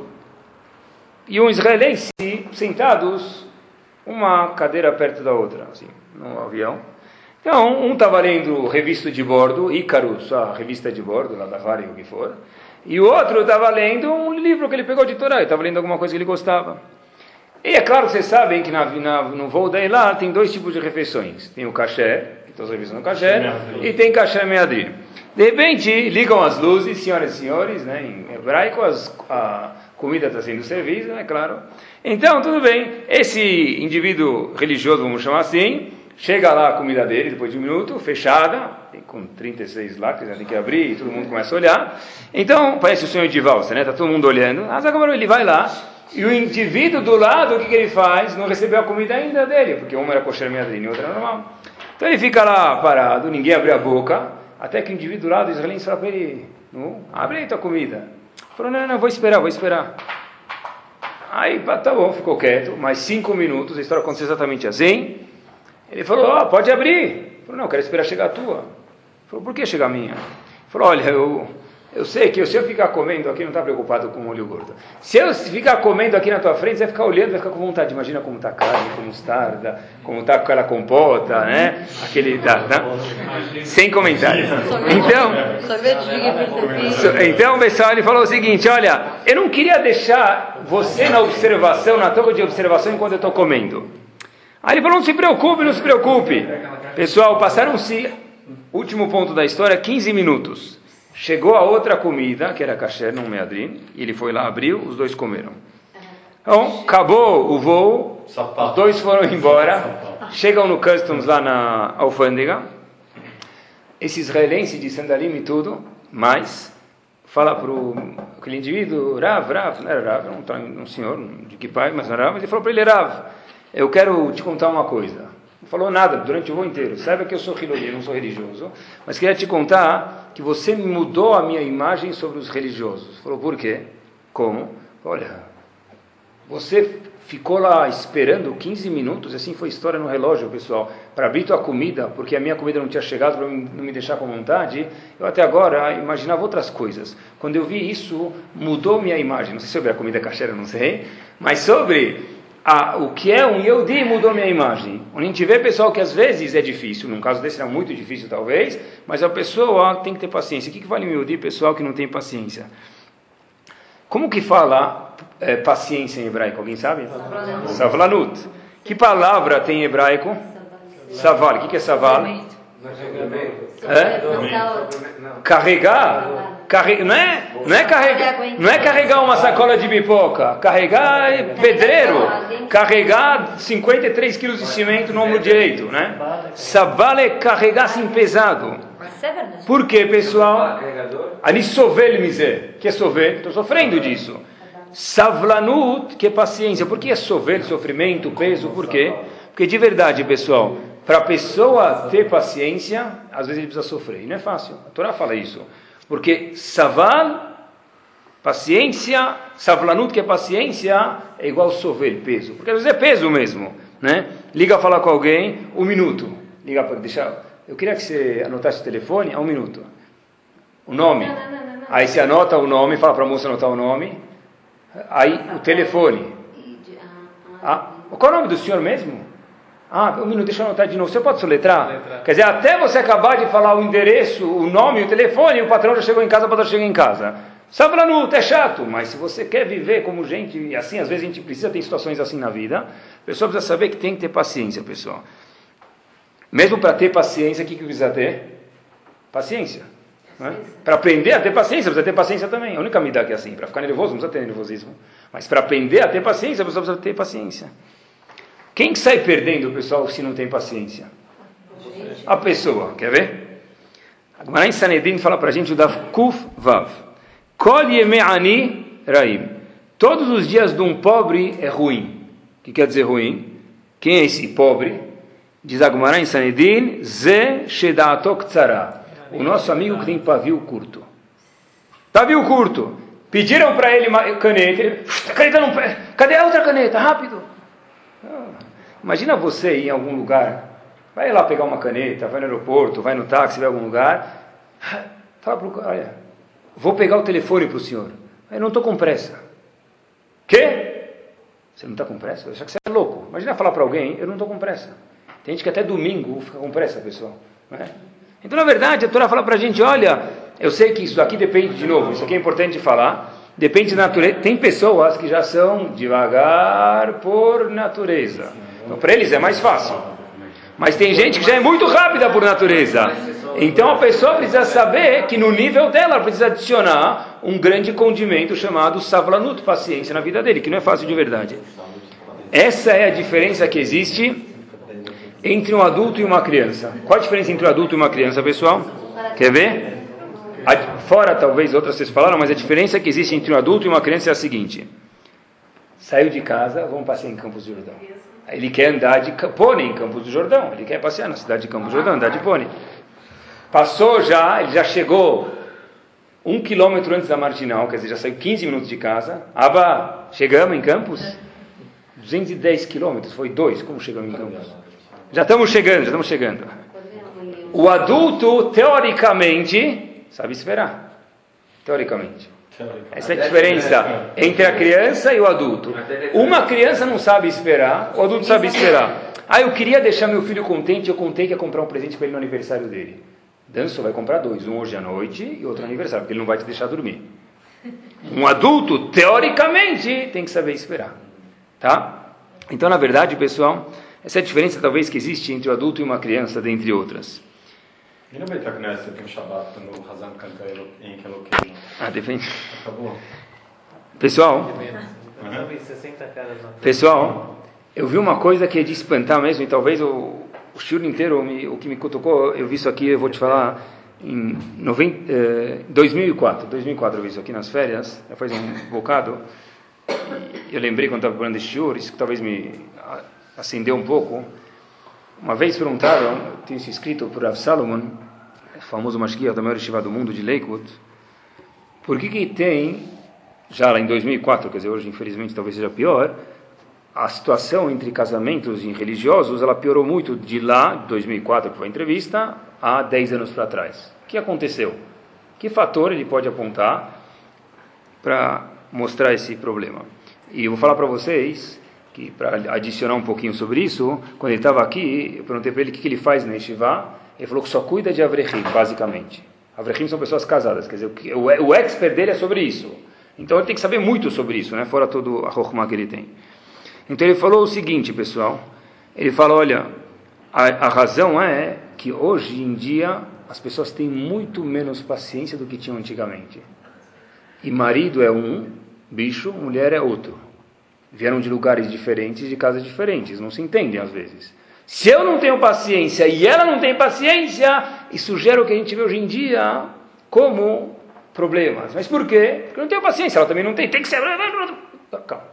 e um israelense sentados, uma cadeira perto da outra, assim, no avião. Então, um estava lendo revista de bordo, Icarus, a revista de bordo, lá da Vari, o que for, e o outro estava lendo um livro que ele pegou de Torá, ele estava lendo alguma coisa que ele gostava. E é claro que vocês sabem que na, na, no voo daí lá tem dois tipos de refeições. Tem o kasher, que estão servindo no kasher, e tem kasher meadrin. De repente, ligam as luzes, senhoras e senhores, né, em hebraico, as, a comida está sendo servida, é claro. Então, tudo bem, esse indivíduo religioso, vamos chamar assim, chega lá a comida dele, depois de um minuto, fechada, com trinta e seis lacres, já tem que abrir, e todo mundo começa a olhar. Então, parece o sonho de valsa, né, está todo mundo olhando. Mas agora ele vai lá, e o indivíduo do lado, o que, que ele faz? Não recebeu a comida ainda dele, porque uma era kosher meadrin e outra era normal. Então ele fica lá parado, ninguém abre a boca, até que o indivíduo do lado, o israelense, fala para ele, não, abre aí tua comida. Ele falou, não, não, vou esperar, vou esperar. Aí, tá bom, ficou quieto, mais cinco minutos, a história aconteceu exatamente assim. Ele falou, ó, oh, pode abrir. Ele falou, não, quero esperar chegar a tua. Ele falou, por que chegar a minha? Ele falou, olha, eu... Eu sei que se eu ficar comendo aqui, não está preocupado com o olho gordo. Se eu ficar comendo aqui na tua frente, você vai ficar olhando, vai ficar com vontade. Imagina como está a carne, como mostarda, como está aquela compota, né? Aquele, tá, tá? Sem comentários. Então, então, pessoal, ele falou o seguinte, olha, eu não queria deixar você na observação, na torre de observação, enquanto eu estou comendo. Aí ele falou, não se preocupe, não se preocupe. Pessoal, passaram-se, último ponto da história, quinze minutos. Chegou a outra comida, que era kasher, não meadrin, e ele foi lá, abriu, os dois comeram. Então, acabou o voo, os dois foram embora, chegam no customs lá na alfândega, esse israelense de sandalim e tudo, mas fala para aquele indivíduo, Rav, Rav, não era Rav, era um, um senhor de que pai, mas não era Rav, mas ele falou para ele, Rav, eu quero te contar uma coisa. Não falou nada durante o voo inteiro. Saiba que eu sou hiloli, não sou religioso. Mas queria te contar que você mudou a minha imagem sobre os religiosos. Falou, por quê? Como? Olha, você ficou lá esperando quinze minutos, assim foi história no relógio, pessoal, para abrir tua comida, porque a minha comida não tinha chegado para não me deixar com vontade. Eu até agora imaginava outras coisas. Quando eu vi isso, mudou minha imagem. Não sei sobre a comida kasher, não sei. Mas sobre... Ah, o que é um Yehudi mudou minha imagem. A gente vê, pessoal, que às vezes é difícil, num caso desse era muito difícil talvez, mas a pessoa tem que ter paciência. O que, que vale um Yehudi, pessoal, que não tem paciência? Como que fala é, paciência em hebraico? Alguém sabe? Savlanut. Que palavra tem em hebraico? Saval. O que, que é saval? É? Carregar? Carre... Não, é, não, é carregar, não é carregar uma sacola de pipoca. Carregar é pedreiro. Carregar cinquenta e três quilos de cimento no ombro direito, né? Saval é carregar assim pesado. Por quê, pessoal? Ali sovel miser. Que é sovel? Estou sofrendo disso. Savlanut, que é paciência. Por que é sovel, sofrimento, peso? Por quê? Porque de verdade, pessoal, para a pessoa ter paciência, às vezes ele precisa sofrer. E não é fácil. A Torá fala isso. Porque saval, paciência, savlanut, que é paciência, é igual sovel, peso. Porque às vezes é peso mesmo, né? Liga a falar com alguém, um minuto. Liga para deixar. Eu queria que você anotasse o telefone, a um minuto. O nome. Não, não, não, não. Aí você anota o nome, fala para a moça anotar o nome. Aí o telefone. Ah, qual é o nome do senhor mesmo? Ah, um minuto, deixa eu anotar de novo. Você pode soletrar? Letrar. Quer dizer, até você acabar de falar o endereço, o nome, o telefone, o patrão já chegou em casa, o patrão chega em casa. Savlanut, é chato, mas se você quer viver como gente, e assim, às vezes a gente precisa ter situações assim na vida, a pessoa precisa saber que tem que ter paciência, pessoal. Mesmo para ter paciência, o que, que precisa ter? Paciência. Né? Para aprender a ter paciência, precisa ter paciência também. A única medida que é assim, para ficar nervoso, não precisa ter nervosismo. Mas para aprender a ter paciência, a pessoa precisa ter paciência. Quem que sai perdendo, pessoal, se não tem paciência? A pessoa, quer ver? A Gemara em Sanedrin fala para a gente o Daf Kuf Vav. Kol yemei ani raim. Todos os dias de um pobre é ruim. O que quer dizer ruim? Quem é esse pobre? Diz a Gemara em Sanedrin, Ze shedato ktsara. O nosso amigo que tem pavio curto. Tá viu curto. Pediram para ele uma caneta, ele, a caneta não pega. Cadê a outra caneta? Rápido. Ah, imagina você ir em algum lugar, vai lá pegar uma caneta, vai no aeroporto, vai no táxi, vai em algum lugar. Fala para o cara, olha, vou pegar o telefone para o senhor. Eu não estou com pressa. Quê? Você não está com pressa? Eu acho que você é louco. Imagina falar para alguém, eu não estou com pressa. Tem gente que até domingo fica com pressa, pessoal. Não é? Então, na verdade, a Torá fala para a gente, olha, eu sei que isso aqui depende, de novo, isso aqui é importante de falar, depende da natureza. Tem pessoas que já são devagar por natureza. Então, para eles é mais fácil. Mas tem gente que já é muito rápida por natureza. Então, a pessoa precisa saber que no nível dela, ela precisa adicionar um grande condimento chamado savlanut, paciência na vida dele, que não é fácil de verdade. Essa é a diferença que existe entre um adulto e uma criança. Qual a diferença entre um adulto e uma criança, pessoal? Quer ver? A, fora, talvez, outras vocês falaram, mas a diferença que existe entre um adulto e uma criança é a seguinte. Saiu de casa, vamos passear em Campos do Jordão. Ele quer andar de pônei em Campos do Jordão. Ele quer passear na cidade de Campos do Jordão, andar de pônei. Passou já, ele já chegou um quilômetro antes da Marginal, quer dizer, já saiu quinze minutos de casa. Aba, chegamos em Campos? duzentos e dez quilômetros, foi dois, como chegamos em Campos? Já estamos chegando, já estamos chegando. O adulto, teoricamente, sabe esperar. Teoricamente. Essa é a diferença entre a criança e o adulto. Uma criança não sabe esperar, o adulto sabe esperar. Ah, eu queria deixar meu filho contente, eu contei que ia comprar um presente para ele no aniversário dele. Danço vai comprar dois, um hoje à noite e outro no aniversário, porque ele não vai te deixar dormir. Um adulto, teoricamente, tem que saber esperar. Tá? Então, na verdade, pessoal, essa é a diferença talvez que existe entre o adulto e uma criança, dentre outras. E no Beit HaKnesset, no Shabbat, quando o Hazan canta em Eloquim? Ah, depende. Acabou. Pessoal, Uhum. sessenta caras na pessoal, eu vi uma coisa que é de espantar mesmo, e talvez o, o shiur inteiro, me, o que me cutucou, eu vi isso aqui, eu vou te falar, em noventa, eh, dois mil e quatro, dois mil e quatro eu vi isso aqui nas férias, já faz um bocado, e eu lembrei quando estava falando de shiur, isso que talvez me acendeu um pouco. Uma vez perguntaram, eu tenho isso escrito por Rav Salomon, famoso mashgiach da maior yeshiva do mundo de Lakewood, por que que tem, já lá em dois mil e quatro, quer dizer, hoje infelizmente talvez seja pior, a situação entre casamentos religiosos, ela piorou muito de lá, dois mil e quatro, que foi a entrevista, há dez anos para trás. O que aconteceu? Que fator ele pode apontar para mostrar esse problema? E eu vou falar para vocês que, para adicionar um pouquinho sobre isso, quando ele estava aqui, eu perguntei para ele o que, que ele faz na Yeshiva, ele falou que só cuida de Avrechim, basicamente. Avrechim são pessoas casadas, quer dizer, o, o, o expert dele é sobre isso. Então ele tem que saber muito sobre isso, né? Fora todo a Chokhmah que ele tem. Então ele falou o seguinte, pessoal, ele falou, olha, a, a razão é que hoje em dia as pessoas têm muito menos paciência do que tinham antigamente. E marido é um bicho, mulher é outro. Vieram de lugares diferentes, de casas diferentes, não se entendem às vezes. Se eu não tenho paciência e ela não tem paciência, isso gera o que a gente vê hoje em dia como problemas. Mas por quê? Porque eu não tenho paciência, ela também não tem, tem que ser... Calma.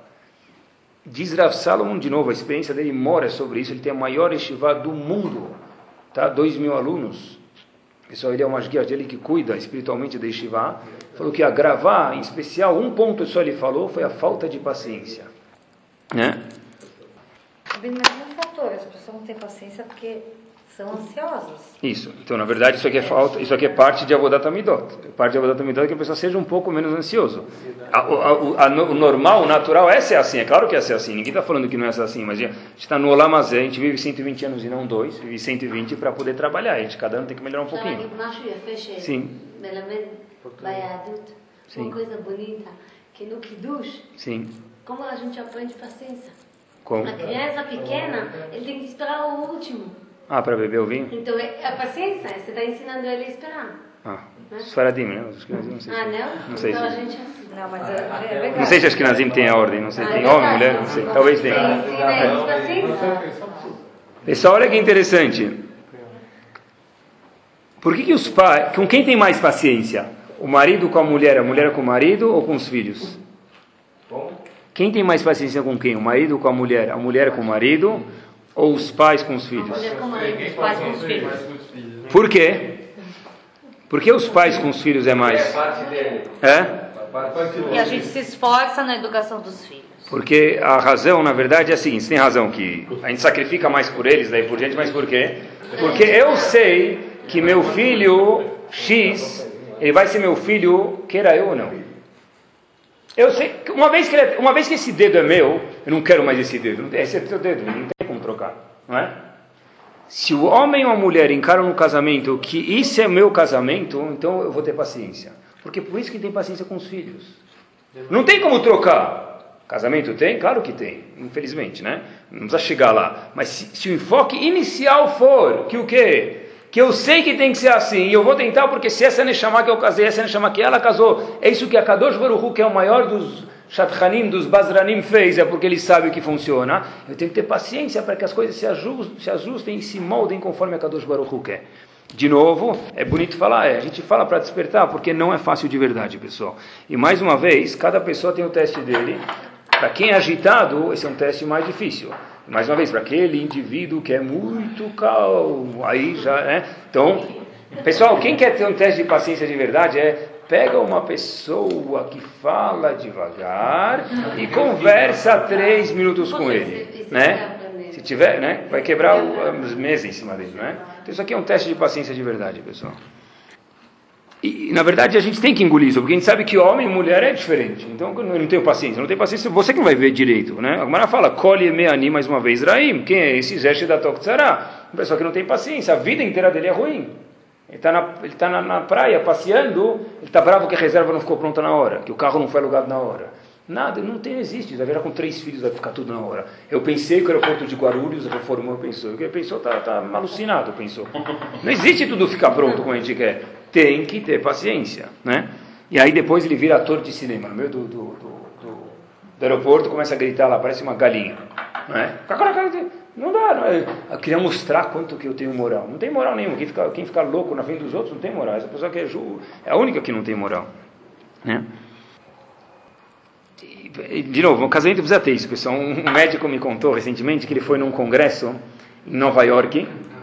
Diz Rav Salomon, de novo, a experiência dele mora sobre isso, ele tem a maior yeshiva do mundo, tá? Dois mil alunos. Pessoal, ele é um mashgiach dele que cuida espiritualmente da yeshiva. Falou que ia gravar, em especial, um ponto só ele falou, foi a falta de paciência. Né? Bem, mas um fator, as pessoas não têm paciência porque são ansiosas. Isso. Então, na verdade, isso aqui é falta, isso aqui é parte de Avodat Hamidot. Parte de Avodat Hamidot é que a pessoa seja um pouco menos ansioso. A, a, a, a, o normal, o natural é ser assim. É claro que é ser assim. Ninguém está falando que não é ser assim, mas a gente está no Olamazé, a gente vive cento e vinte anos e não dois, vive cento e vinte para poder trabalhar. A gente, cada ano tem que melhorar um pouquinho. Sim. Sim. Uma coisa bonita, que no Kiddush, Sim. como a gente aprende paciência. Como? Uma criança pequena, ele tem que esperar o último. Ah, para beber o vinho? Então, a paciência, você está ensinando ele a esperar. Ah, os Faradim, né? Os Ashkenazim, não sei. Ah, não? Não sei então se... a gente é assim. Não, mas é, é verdade. Não sei se as Ashkenazim tem a ordem, não sei. Ah, Tem é homem, verdade. mulher, não sei. Talvez tenha. Você ensina eles paciência. Pessoal, olha que interessante. Por que que os pais... Com quem tem mais paciência? O marido com a mulher, a mulher com o marido ou com os filhos? Quem tem mais paciência com quem? O marido com a mulher, a mulher com o marido ou os pais com os filhos? A mulher com o marido, os pais com os filhos. Por quê? Por que os pais com os filhos é mais? É parte dele. É? E a gente se esforça na educação dos filhos. Porque a razão, na verdade, é a seguinte, você tem razão que a gente sacrifica mais por eles, daí por diante, mas por quê? Porque eu sei que meu filho X, ele vai ser meu filho, queira eu ou não. Eu sei, que uma vez que, ele, uma vez que esse dedo é meu, eu não quero mais esse dedo, esse é teu dedo, não tem como trocar, não é? Se o homem ou a mulher encaram no casamento que isso é meu casamento, então eu vou ter paciência. Porque por isso que tem paciência com os filhos. Não tem como trocar. Casamento tem? Claro que tem, infelizmente, né? Não precisa chegar lá. Mas se, se o enfoque inicial for que o quê? Que eu sei que tem que ser assim, e eu vou tentar porque se essa é a Neshama que eu casei, essa é a Neshama que ela casou, é isso que a Kadosh Baruch Hu, que é o maior dos Shadchanim, dos Bazranim, fez, é porque ele sabe o que funciona. Eu tenho que ter paciência para que as coisas se ajustem, se ajustem e se moldem conforme a Kadosh Baruch Hu quer. De novo, é bonito falar, é, a gente fala para despertar, porque não é fácil de verdade, pessoal. E mais uma vez, cada pessoa tem o teste dele. Para quem é agitado, esse é um teste mais difícil. Mais uma vez, para aquele indivíduo que é muito calmo, aí já é. Então, pessoal, quem quer ter um teste de paciência de verdade é pega uma pessoa que fala devagar e conversa três minutos com ele, né? Se tiver, né? Vai quebrar os meses em cima dele, né? Então isso aqui é um teste de paciência de verdade, pessoal. E, na verdade, a gente tem que engolir isso, porque a gente sabe que homem e mulher é diferente. Então, eu não tenho paciência. Não tenho paciência, você que não vai ver direito, né? A Gemara fala, colhe meani, mais uma vez, Raim. Quem é esse? Zé da Toktsará. Uma pessoa que não tem paciência. A vida inteira dele é ruim. Ele está na, ele tá na, na praia, passeando, ele está bravo que a reserva não ficou pronta na hora, que o carro não foi alugado na hora. Nada, não tem, existe. Vai virar com três filhos, vai ficar tudo na hora. Eu pensei que o aeroporto de Guarulhos reformou, pensou. Ele pensou, está tá alucinado, pensou. Não existe tudo ficar pronto como a gente quer. Tem que ter paciência, né? E aí depois ele vira ator de cinema, no meio do, do, do, do, do aeroporto, começa a gritar lá, parece uma galinha, né? Não dá, não é? Eu queria mostrar quanto que eu tenho moral. Não tem moral nenhuma. Quem fica, quem fica louco na frente dos outros não tem moral. Essa pessoa que é ju, é a única que não tem moral, né? E, de novo, o casamento precisa ter isso, pessoal. Um médico me contou recentemente que ele foi num congresso em Nova York.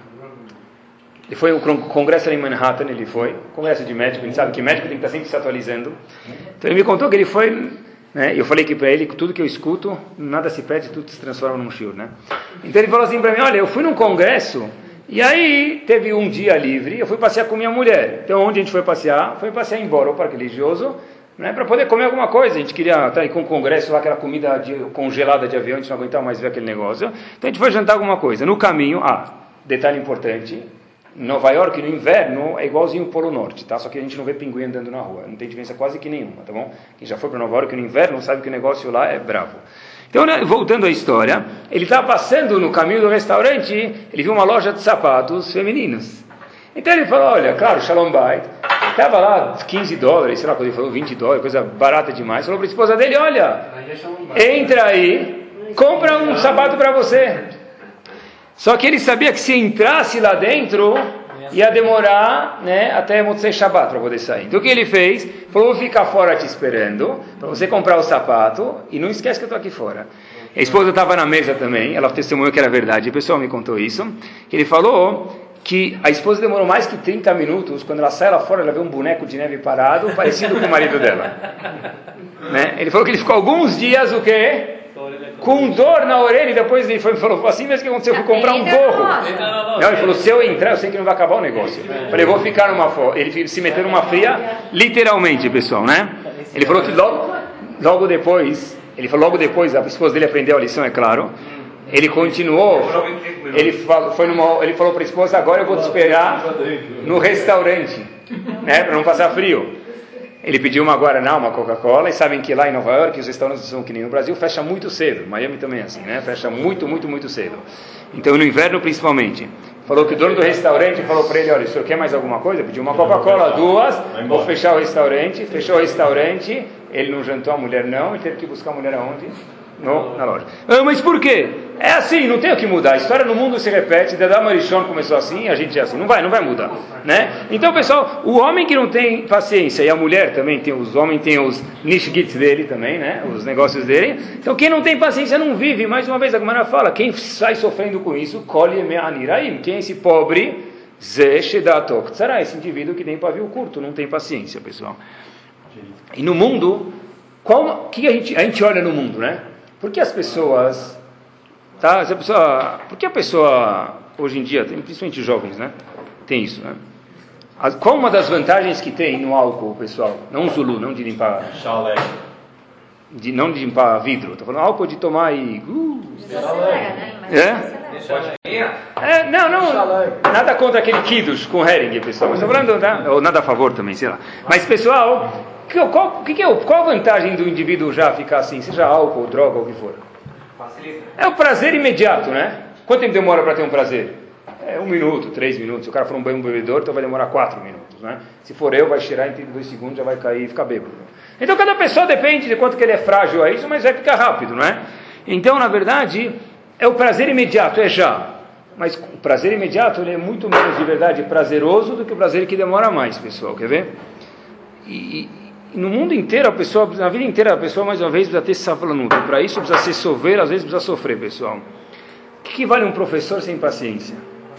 Ele foi, o congresso era em Manhattan, ele foi, congresso de médico, a gente sabe que médico tem que estar sempre se atualizando. Então ele me contou que ele foi, né, eu falei que para ele, tudo que eu escuto, nada se perde, tudo se transforma num shiur, né? Então ele falou assim para mim, olha, eu fui num congresso, e aí teve um dia livre, eu fui passear com minha mulher. Então onde a gente foi passear? Foi passear em Boro, o parque religioso, né, para poder comer alguma coisa. A gente queria estar com o congresso lá, aquela comida de, congelada de avião, a gente não aguentava mais ver aquele negócio. Então a gente foi jantar alguma coisa. No caminho, ah, detalhe importante, Nova York, no inverno, é igualzinho o Polo Norte, tá? Só que a gente não vê pinguim andando na rua. Não tem diferença quase que nenhuma, tá bom? Quem já foi para Nova York no inverno sabe que o negócio lá é bravo. Então, né, voltando à história, ele estava passando no caminho do restaurante, ele viu uma loja de sapatos femininos. Então ele falou, olha, claro, Shalom Bait, estava lá quinze dólares, sei lá quando ele falou, vinte dólares, coisa barata demais. Falou para a esposa dele, olha, entra aí, compra um sapato para você. Só que ele sabia que se entrasse lá dentro, ia demorar, né, até Motzei Shabbat para poder sair. Então o que ele fez? Falou, vou ficar fora te esperando, para você comprar o sapato, e não esquece que eu estou aqui fora. A esposa estava na mesa também, ela testemunhou que era verdade, o pessoal me contou isso, que ele falou que a esposa demorou mais que trinta minutos, quando ela sai lá fora, ela vê um boneco de neve parado, parecido com o marido dela. Né? Ele falou que ele ficou alguns dias, o quê? Com dor na orelha, e depois ele foi, falou assim mesmo que aconteceu, eu fui comprar um gorro. Não, ele falou, se eu entrar, eu sei que não vai acabar o negócio. Eu falei, vou ficar numa fria. Ele se meteu numa fria, literalmente, pessoal, né? Ele falou que logo, logo depois, ele falou logo depois, a esposa dele aprendeu a lição, é claro. Ele continuou, ele falou, foi numa, ele falou para a esposa, agora eu vou te esperar no restaurante, né, para não passar frio. Ele pediu uma Guaraná, uma Coca-Cola, e sabem que lá em Nova York, os restaurantes são que nem no Brasil, fecha muito cedo. Miami também é assim, né? Fecha muito, muito, muito cedo. Então, no inverno, principalmente. Falou que o dono do restaurante falou para ele, olha, o senhor quer mais alguma coisa? Pediu uma Coca-Cola, duas, vou fechar o restaurante. Fechou o restaurante, ele não jantou, a mulher não, e teve que buscar a mulher aonde? No, na loja. Ah, mas por quê? É assim, não tem o que mudar. A história no mundo se repete. Dedá Marichon começou assim, a gente é assim. Não vai, não vai mudar, né? Então, pessoal, o homem que não tem paciência e a mulher também tem, os homens têm os nishgits dele também, né? Os negócios dele. Então, quem não tem paciência não vive. Mais uma vez, a Gemara fala, quem sai sofrendo com isso, colhe me'aniraim. Quem é esse pobre? Zé shedatok tzara, esse indivíduo que tem pavio curto, não tem paciência, pessoal. E no mundo, qual que a gente, a gente olha no mundo, né? Por que as pessoas, tá? As pessoa, por que a pessoa hoje em dia, principalmente jovens, né? Tem isso, né? As, qual uma das vantagens que tem no álcool, pessoal? Não Zulu, não de limpar, de não de limpar vidro. Estou falando álcool de tomar e uh, é? É, não, não, nada contra aquele kiddush com herring, pessoal. Mas estou falando, tá? Ou nada a favor também, sei lá. Mas, pessoal, qual, que que é, qual a vantagem do indivíduo já ficar assim, seja álcool, droga, ou o que for? É o prazer imediato, né? Quanto tempo demora para ter um prazer? É um minuto, três minutos. Se o cara for um bom bebedor, então vai demorar quatro minutos, né? Se for eu, vai cheirar em trinta e dois segundos, já vai cair e ficar bêbado. Então, cada pessoa depende de quanto que ele é frágil a isso, mas vai ficar rápido, não é? Então, na verdade, é o prazer imediato, é já. Mas o prazer imediato ele é muito menos de verdade prazeroso do que o prazer que demora mais, pessoal. Quer ver? E, e no mundo inteiro, a pessoa, na vida inteira, a pessoa mais uma vez precisa ter saflanuta. Para isso precisa se sofrer, às vezes precisa sofrer, pessoal. O que, que vale um professor sem paciência?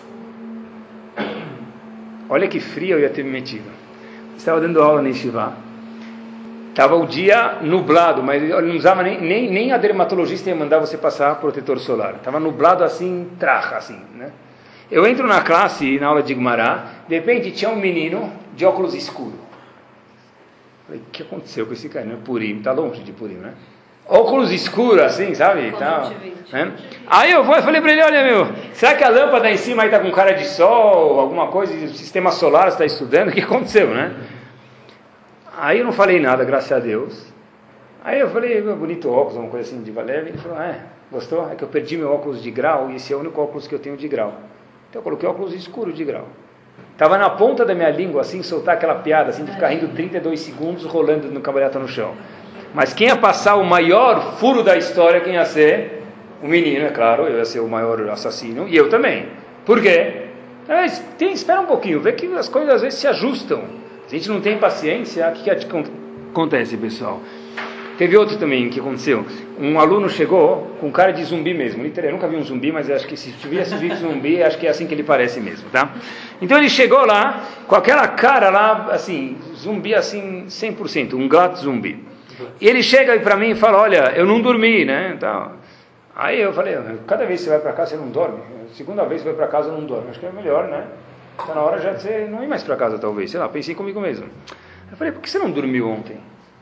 Olha que frio eu ia ter me metido. Estava dando aula na Yeshiva. Estava o dia nublado, mas não usava nem, nem, nem a dermatologista ia mandar você passar protetor solar. Estava nublado assim, traja, assim, né? Eu entro na classe, na aula de Gumará, de repente tinha um menino de óculos escuros. Falei, o que aconteceu com esse cara? Não é Purim, está longe de Purim, né? Óculos escuros, assim, sabe? Tá, né? Aí eu vou, eu falei para ele, olha meu, será que a lâmpada em cima aí está com cara de sol, alguma coisa, o sistema solar você está estudando? O que aconteceu, né? Aí eu não falei nada, graças a Deus. Aí eu falei, bonito óculos, uma coisa assim de leve. Ele falou, ah, é, gostou? É que eu perdi meu óculos de grau e esse é o único óculos que eu tenho de grau. Então eu coloquei óculos escuro de grau. Estava na ponta da minha língua, assim, soltar aquela piada, assim, de ficar rindo trinta e dois segundos, rolando no cambalhota no chão. Mas quem ia passar o maior furo da história, quem ia ser? O menino, é claro, eu ia ser o maior assassino, e eu também. Por quê? É, tem, espera um pouquinho, vê que as coisas às vezes se ajustam. Se a gente não tem paciência, o que, que acontece, pessoal? Teve outro também que aconteceu. Um aluno chegou com cara de zumbi mesmo. Literalmente, eu nunca vi um zumbi, mas acho que se tivesse visto zumbi, acho que é assim que ele parece mesmo, tá? Então ele chegou lá, com aquela cara lá, assim, zumbi assim, cem por cento, um gato zumbi. E ele chega aí para mim e fala, olha, eu não dormi, né? Tá. Aí eu falei, cada vez que você vai para casa, você não dorme? Segunda vez que vai para casa, eu não dorme. Acho que é melhor, né? Está na hora já de você não ir mais para casa, talvez. Sei lá, pensei comigo mesmo. Eu falei, por que você não dormiu ontem?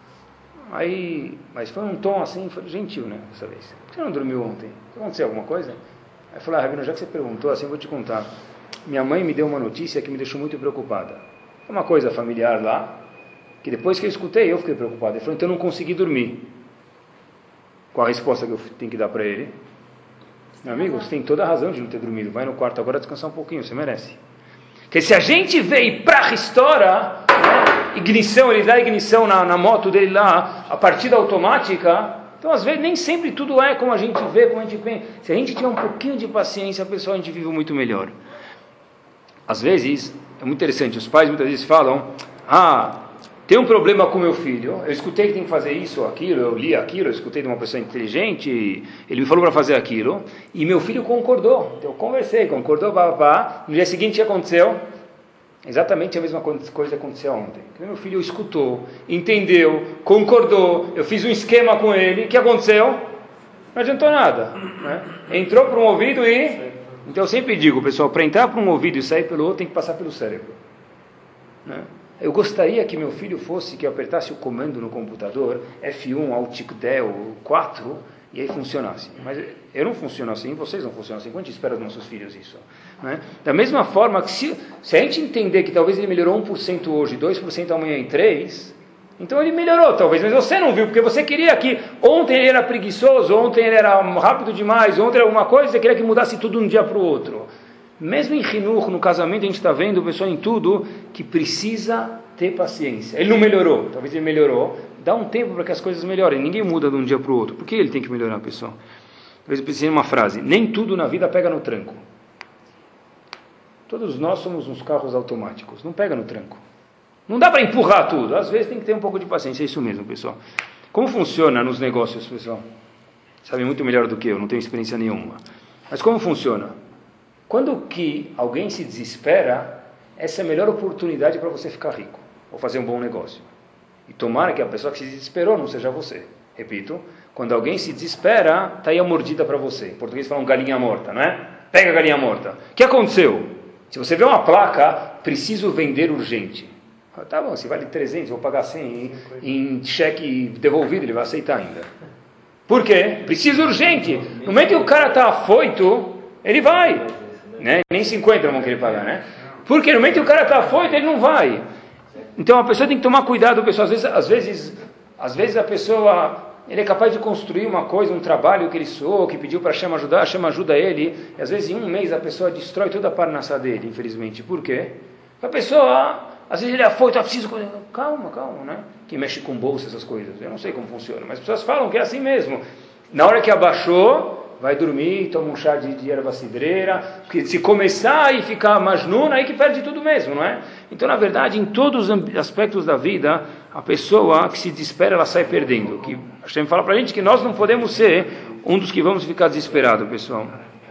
Aí, mas foi um tom assim, foi gentil, né, dessa vez. Por que você não dormiu ontem? Aconteceu alguma coisa? Aí eu falei, ah, Rabino, já que você perguntou, assim, eu vou te contar. Minha mãe me deu uma notícia que me deixou muito preocupada. É uma coisa familiar lá, que depois que eu escutei, eu fiquei preocupado. Ele falou, então eu não consegui dormir. Qual a resposta que eu tenho que dar para ele? Meu amigo, você tem toda a razão de não ter dormido. Vai no quarto agora descansar um pouquinho, você merece. Porque se a gente veio para a história, né, ignição, ele dá ignição na, na moto dele lá, a partida automática, então às vezes nem sempre tudo é como a gente vê, como a gente pensa. Se a gente tiver um pouquinho de paciência, pessoal, a gente vive muito melhor. Às vezes, é muito interessante, os pais muitas vezes falam, ah, tem um problema com meu filho, eu escutei que tem que fazer isso ou aquilo, eu li aquilo, eu escutei de uma pessoa inteligente, ele me falou para fazer aquilo, e meu filho concordou, então eu conversei, concordou, papá, no dia seguinte o que aconteceu? Exatamente a mesma coisa que aconteceu ontem. Meu filho escutou, entendeu, concordou, eu fiz um esquema com ele, o que aconteceu? Não adiantou nada, né? Entrou por um ouvido e... Então eu sempre digo, pessoal, para entrar por um ouvido e sair pelo outro, tem que passar pelo cérebro, né? Eu gostaria que meu filho fosse, que eu apertasse o comando no computador, F um, Alt Del, quatro, e aí funcionasse. Mas eu não funciono assim, vocês não funcionam assim. Quando a gente espera dos nossos filhos isso? Né? Da mesma forma que se, se a gente entender que talvez ele melhorou um por cento hoje, dois por cento amanhã e três por cento, então ele melhorou talvez, mas você não viu, porque você queria que ontem ele era preguiçoso, ontem ele era rápido demais, ontem era alguma coisa, você queria que mudasse tudo de um dia para o outro. Mesmo em Hinur, no casamento, a gente está vendo, pessoal, em tudo, que precisa ter paciência. Ele não melhorou, talvez ele melhorou. Dá um tempo para que as coisas melhorem. Ninguém muda de um dia para o outro. Por que ele tem que melhorar, pessoal? Talvez eu pensei numa frase. Nem tudo na vida pega no tranco. Todos nós somos uns carros automáticos. Não pega no tranco. Não dá para empurrar tudo. Às vezes tem que ter um pouco de paciência. É isso mesmo, pessoal. Como funciona nos negócios, pessoal? Sabe muito melhor do que eu, não tenho experiência nenhuma. Mas como funciona? Quando que alguém se desespera, essa é a melhor oportunidade para você ficar rico, ou fazer um bom negócio. E tomara que a pessoa que se desesperou não seja você. Repito, quando alguém se desespera, está aí a mordida para você. Em português falam galinha morta, não é? Pega a galinha morta. O que aconteceu? Se você vê uma placa, preciso vender urgente. Ah, tá bom, se vale trezentos, vou pagar cem em, em cheque devolvido, ele vai aceitar ainda. Por quê? Preciso urgente. No momento que o cara está afoito, ele vai. Né? Nem cinquenta vão querer pagar, né? Porque no momento que o cara está afoito, ele não vai. Então a pessoa tem que tomar cuidado, pessoal. Às vezes, às vezes, às vezes a pessoa, ele é capaz de construir uma coisa, um trabalho que ele soou, que pediu para a Hashem ajudar, a Hashem ajuda ele, e às vezes em um mês a pessoa destrói toda a parnassá dele, infelizmente. Por quê? A pessoa, às vezes ele é afoito, ah, preciso... Calma, calma, né? Que mexe com bolsa, essas coisas. Eu não sei como funciona, mas as pessoas falam que é assim mesmo. Na hora que abaixou, vai dormir, toma um chá de, de erva cidreira, porque se começar e ficar majnuna, aí que perde tudo mesmo, não é? Então, na verdade, em todos os aspectos da vida, a pessoa que se desespera, ela sai perdendo. Que a Hashem fala pra gente que nós não podemos ser um dos que vamos ficar desesperados, pessoal.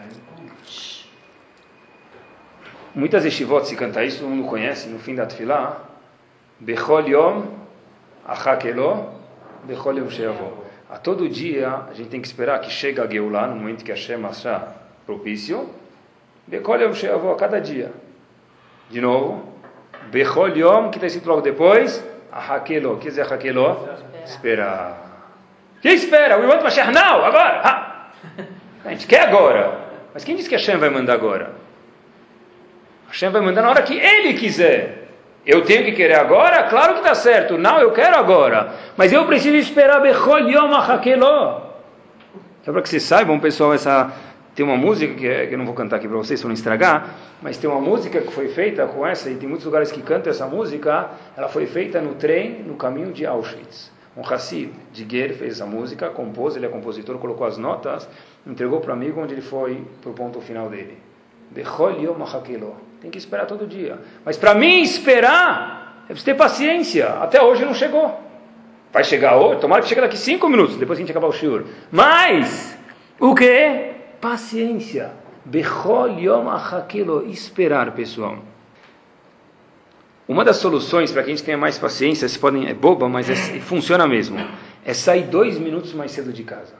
Muitas yeshivot se canta isso, todo mundo conhece, no fim da tefilá, Bechol Yom Achakelo, Bechol Yom Sheavo. A todo dia, a gente tem que esperar que chegue a Geulah, no momento que a Hashem achar propício. Bechol Yom Sheavo, a cada dia. De novo. Bechol Yom, que está escrito logo depois. Ahakelo. O que é Ahakelo? Esperar. Que espera? We want Mashiach now, agora. Ha! A gente quer agora. Mas quem disse que a Hashem vai mandar agora? A Hashem vai mandar na hora que Ele quiser. Eu tenho que querer agora? Claro que está certo. Não, eu quero agora. Mas eu preciso esperar Bechol Yom Ahakelo. Só para que vocês saibam, pessoal, essa... tem uma música que, é, que eu não vou cantar aqui para vocês, para não estragar, mas tem uma música que foi feita com essa, e tem muitos lugares que cantam essa música, ela foi feita no trem, no caminho de Auschwitz. Um Hassid de Ger fez essa música, compôs, ele é compositor, colocou as notas, entregou para o amigo onde ele foi para o ponto final dele. Bechol Yom Ahakelo. Tem que esperar todo dia. Mas para mim esperar, é preciso ter paciência. Até hoje não chegou. Vai chegar hoje, tomara que chegue daqui cinco minutos, depois que a gente acabar o shiur. Mas, o que? Paciência. Bechol Yom Ahakelo. Esperar, pessoal. Uma das soluções para que a gente tenha mais paciência, se podem, é boba, mas é, funciona mesmo, é sair dois minutos mais cedo de casa.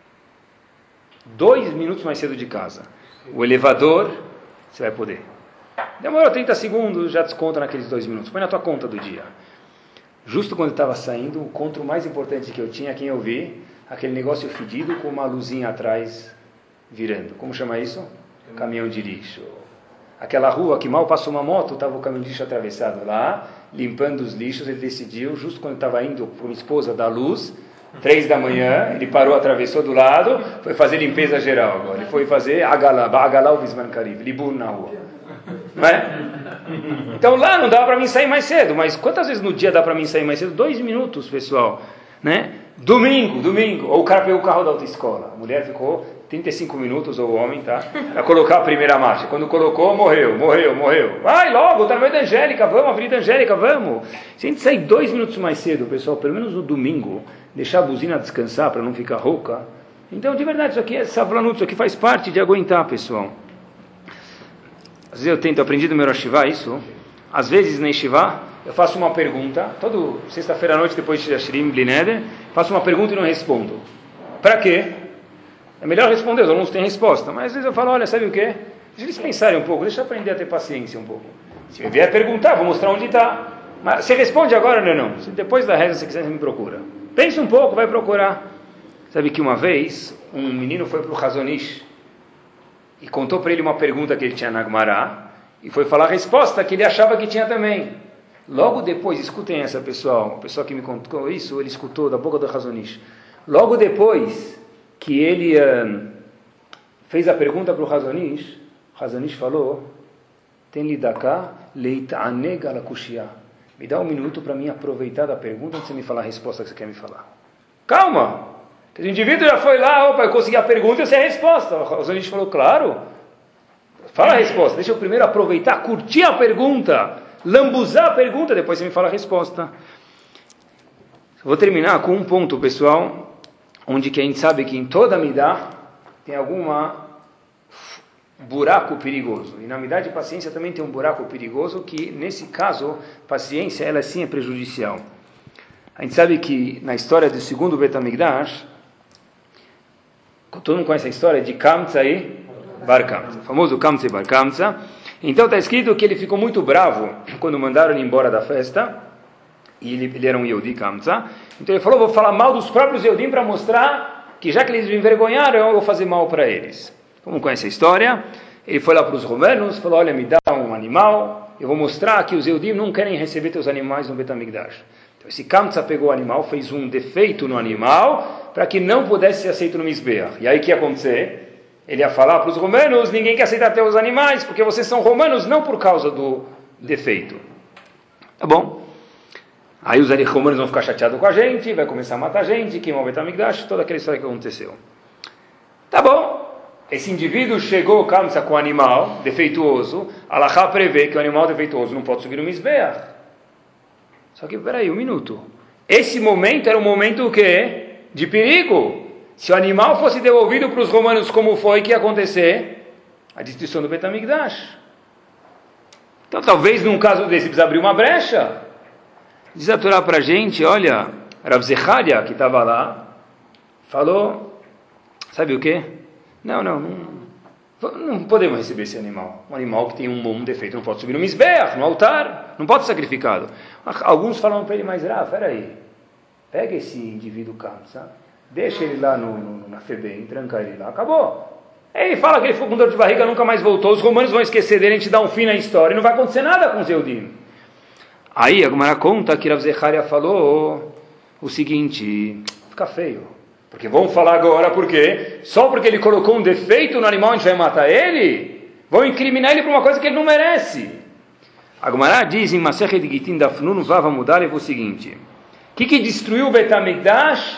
Dois minutos mais cedo de casa. O elevador, você vai poder. Demorou trinta segundos, já desconta naqueles dois minutos. Põe na tua conta do dia. Justo quando eu estava saindo, o encontro mais importante que eu tinha, quem eu vi, aquele negócio fedido com uma luzinha atrás virando. Como chama isso? Caminhão de lixo. Aquela rua que mal passou uma moto, estava o caminhão de lixo atravessado lá, limpando os lixos. Ele decidiu, justo quando estava indo com a esposa da luz, três da manhã, ele parou, atravessou do lado, foi fazer limpeza geral agora. Ele foi fazer Agalá, Agalá o Bisman Karib, Libur na rua. Não é? Então lá não dá para mim sair mais cedo, mas quantas vezes no dia dá para mim sair mais cedo? Dois minutos, pessoal. Né? Domingo, domingo. Ou o cara pegou o carro da autoescola. A mulher ficou trinta e cinco minutos, ou o homem, tá? Para colocar a primeira marcha. Quando colocou, morreu, morreu, morreu. Vai logo, tá no meio da Angélica, vamos, Avenida Angélica, vamos. Se a gente sair dois minutos mais cedo, pessoal, pelo menos no domingo, deixar a buzina descansar para não ficar rouca. Então, de verdade, isso aqui é savlanut, isso aqui faz parte de aguentar, pessoal. Às vezes eu tento, aprendi do meu Yeshiva isso. Às vezes na Yeshiva, eu faço uma pergunta, toda sexta-feira à noite, depois de Shirim Blineder, faço uma pergunta e não respondo. Para quê? É melhor responder, os alunos têm resposta. Mas às vezes eu falo, olha, sabe o quê? Deixa eles pensarem um pouco, deixa eu aprender a ter paciência um pouco. Se eu vier perguntar, vou mostrar onde está. Mas você responde agora, não, não. Se depois da reza, se quiser, você me procura. Pensa um pouco, vai procurar. Sabe que uma vez, um menino foi para o Hazonish e contou para ele uma pergunta que ele tinha na Gemara e foi falar a resposta que ele achava que tinha também. Logo depois, escutem essa, pessoal, a pessoa que me contou isso, ele escutou da boca do Hazonish. Logo depois que ele uh, fez a pergunta para o Hazonish, o Hazonish falou, tem lidaká leit'aneg ala kushia. Me dá um minuto para mim aproveitar da pergunta antes de você me falar a resposta que você quer me falar. Calma! O indivíduo já foi lá, opa, eu consegui a pergunta e eu sei a resposta. O Hazonish falou, claro, fala a resposta, deixa eu primeiro aproveitar, curtir a pergunta, lambuzar a pergunta, depois você me fala a resposta. Vou terminar com um ponto, pessoal, onde que a gente sabe que em toda Midah tem alguma, buraco perigoso. E na unidade de paciência também tem um buraco perigoso que, nesse caso, paciência, ela sim é prejudicial. A gente sabe que na história do segundo Bet HaMikdash, todo mundo conhece a história de Kamsa e Bar Kamsa, o famoso Kamsa e Bar Kamsa. Então está escrito que ele ficou muito bravo quando mandaram ele embora da festa, e ele, ele era um Yehudi Kamsa. Então ele falou, vou falar mal dos próprios Yehudim para mostrar que já que eles me envergonharam, eu vou fazer mal para eles. Como conhece a história, ele foi lá para os romanos, falou, olha, me dá um animal, eu vou mostrar que os Yehudim não querem receber teus animais no Bet HaMikdash. Então esse Kamsa pegou o animal, fez um defeito no animal, para que não pudesse ser aceito no Mizbeach. E aí o que ia acontecer? Ele ia falar para os romanos, ninguém quer aceitar teus animais, porque vocês são romanos, não por causa do defeito. Tá bom? Aí os romanos vão ficar chateados com a gente, vai começar a matar a gente, queimar o Bet HaMikdash, toda aquela história que aconteceu. Tá bom? Esse indivíduo chegou, Kamsa, com o animal defeituoso, Alahá prevê que o animal defeituoso não pode subir no Mizbeach. Só que, peraí, um minuto. Esse momento era um momento o quê? De perigo. Se o animal fosse devolvido para os romanos como foi, o que ia acontecer? A destruição do Bet HaMikdash. Então, talvez num caso desse precisa abrir uma brecha. Diz a Torá para a gente, olha, Rav Zecharia, que estava lá, falou, sabe o quê? Não, não, não, não podemos receber esse animal. Um animal que tem um, um defeito, não pode subir no Mizbeach, no altar, não pode ser sacrificado. Alguns falam para ele, mas Rav, peraí, pega esse indivíduo Kamsa, deixa ele lá no, no, na FEBEM, tranca ele lá, acabou. Ele fala que ele ficou com dor de barriga, nunca mais voltou, os romanos vão esquecer dele, a gente dá um fim na história, e não vai acontecer nada com os Yehudim. Aí a Gemara conta que Rav Zecharia falou o seguinte, fica feio, porque vamos falar agora por quê? Só porque ele colocou um defeito no animal a gente vai matar ele? Vão incriminar ele por uma coisa que ele não merece. A Gemara diz em Masechet Gitin Daf Nun Vav Amud Aleph o seguinte, o que, que destruiu o Bet HaMikdash?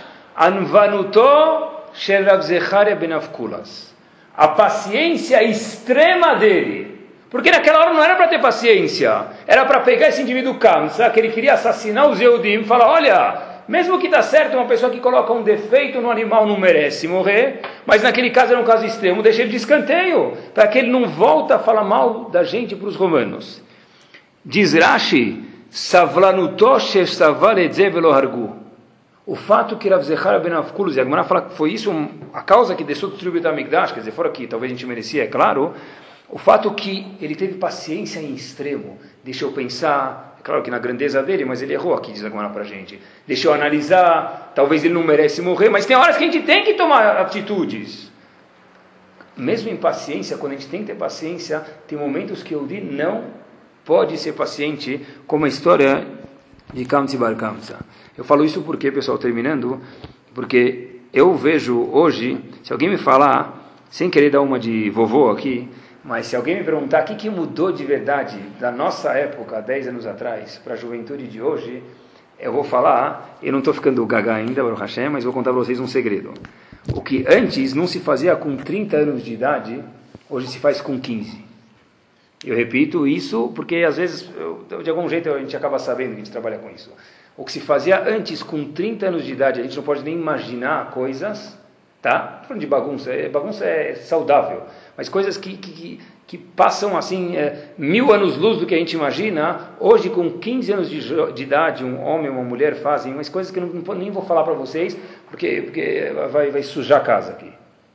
Anvanuto shel Rav Zecharia ben Avkulas. A paciência extrema dele. Porque naquela hora não era para ter paciência. Era para pegar esse indivíduo Kamsa, que ele queria assassinar os Yehudim, e falar, olha, mesmo que está certo, uma pessoa que coloca um defeito no animal não merece morrer, mas naquele caso era um caso extremo, deixa ele de escanteio, para que ele não volta a falar mal da gente para os romanos. Diz Rashi, Savlanuto shesavar etze velo hargu. O fato que Rav Zecharia ben Avkulas, e a Gemara fala que foi isso a causa que deixou destruir o Bet HaMikdash, quer dizer, fora que talvez a gente merecia, é claro, o fato que ele teve paciência em extremo, deixou pensar, é claro que na grandeza dele, mas ele errou aqui, diz a Gemara para a gente, deixou analisar, talvez ele não merece morrer, mas tem horas que a gente tem que tomar atitudes. Mesmo em paciência, quando a gente tem que ter paciência, tem momentos que o Yehudi não pode ser paciente, como a história de Kamsa e Bar Kamsa. Eu falo isso porque, pessoal, terminando, porque eu vejo hoje, se alguém me falar, sem querer dar uma de vovô aqui, mas se alguém me perguntar o que, que mudou de verdade da nossa época, dez anos atrás, para a juventude de hoje, eu vou falar, eu não estou ficando gaga ainda, Baruch Hashem, mas vou contar para vocês um segredo. O que antes não se fazia com trinta anos de idade, hoje se faz com quinze. Eu repito isso porque às vezes, eu, de algum jeito, a gente acaba sabendo que a gente trabalha com isso. O que se fazia antes com trinta anos de idade, a gente não pode nem imaginar coisas, tá? Estou falando de bagunça, é, bagunça é saudável, mas coisas que, que, que passam assim, é, mil anos luz do que a gente imagina, hoje com quinze anos de, de idade, um homem ou uma mulher fazem umas coisas que eu não, não, nem vou falar para vocês, porque, porque vai, vai sujar a casa aqui.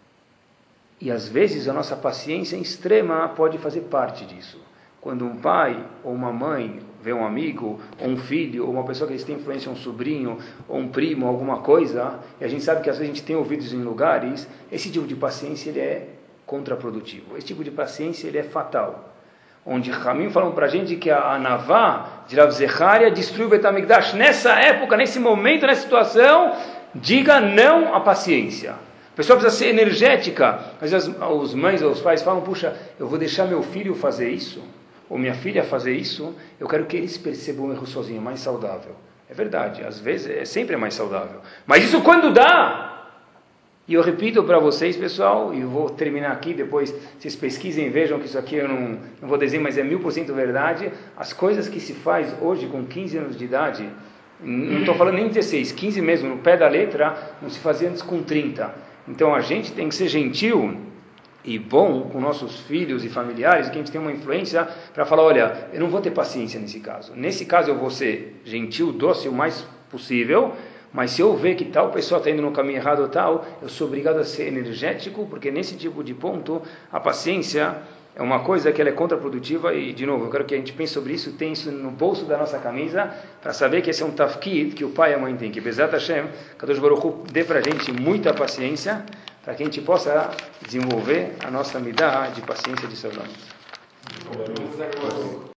E às vezes a nossa paciência extrema pode fazer parte disso. Quando um pai ou uma mãe vê um amigo, ou um filho, ou uma pessoa que eles têm influência, um sobrinho, ou um primo, alguma coisa, e a gente sabe que às vezes a gente tem ouvidos em lugares, esse tipo de paciência ele é contraprodutivo. Esse tipo de paciência ele é fatal. Onde Ramim falam para a gente que a Anavá de Rav Zecharia destruiu o Bet HaMikdash. Nessa época, nesse momento, nessa situação, diga não à paciência. A pessoa precisa ser energética. Às vezes os mães ou os pais falam, puxa, eu vou deixar meu filho fazer isso, ou minha filha fazer isso, eu quero que eles percebam o erro sozinho, mais saudável. É verdade, às vezes é sempre mais saudável. Mas isso quando dá? E eu repito para vocês, pessoal, e eu vou terminar aqui, depois vocês pesquisem e vejam que isso aqui eu não, não vou dizer, mas é mil por cento verdade. As coisas que se faz hoje com quinze anos de idade, não estou falando nem dezesseis, quinze mesmo, no pé da letra, não se fazia antes com trinta. Então a gente tem que ser gentil e bom com nossos filhos e familiares, que a gente tem uma influência para falar, olha, eu não vou ter paciência nesse caso. Nesse caso eu vou ser gentil, doce o mais possível, mas se eu ver que tal pessoa está indo no caminho errado ou tal, eu sou obrigado a ser energético, porque nesse tipo de ponto, a paciência é uma coisa que ela é contraprodutiva e, de novo, eu quero que a gente pense sobre isso, tem isso no bolso da nossa camisa, para saber que esse é um tafkid que o pai e a mãe têm, que Bezat Hashem, Kadosh Baruch Hu, dê para a gente muita paciência, para que a gente possa desenvolver a nossa midah de paciência de salvamento.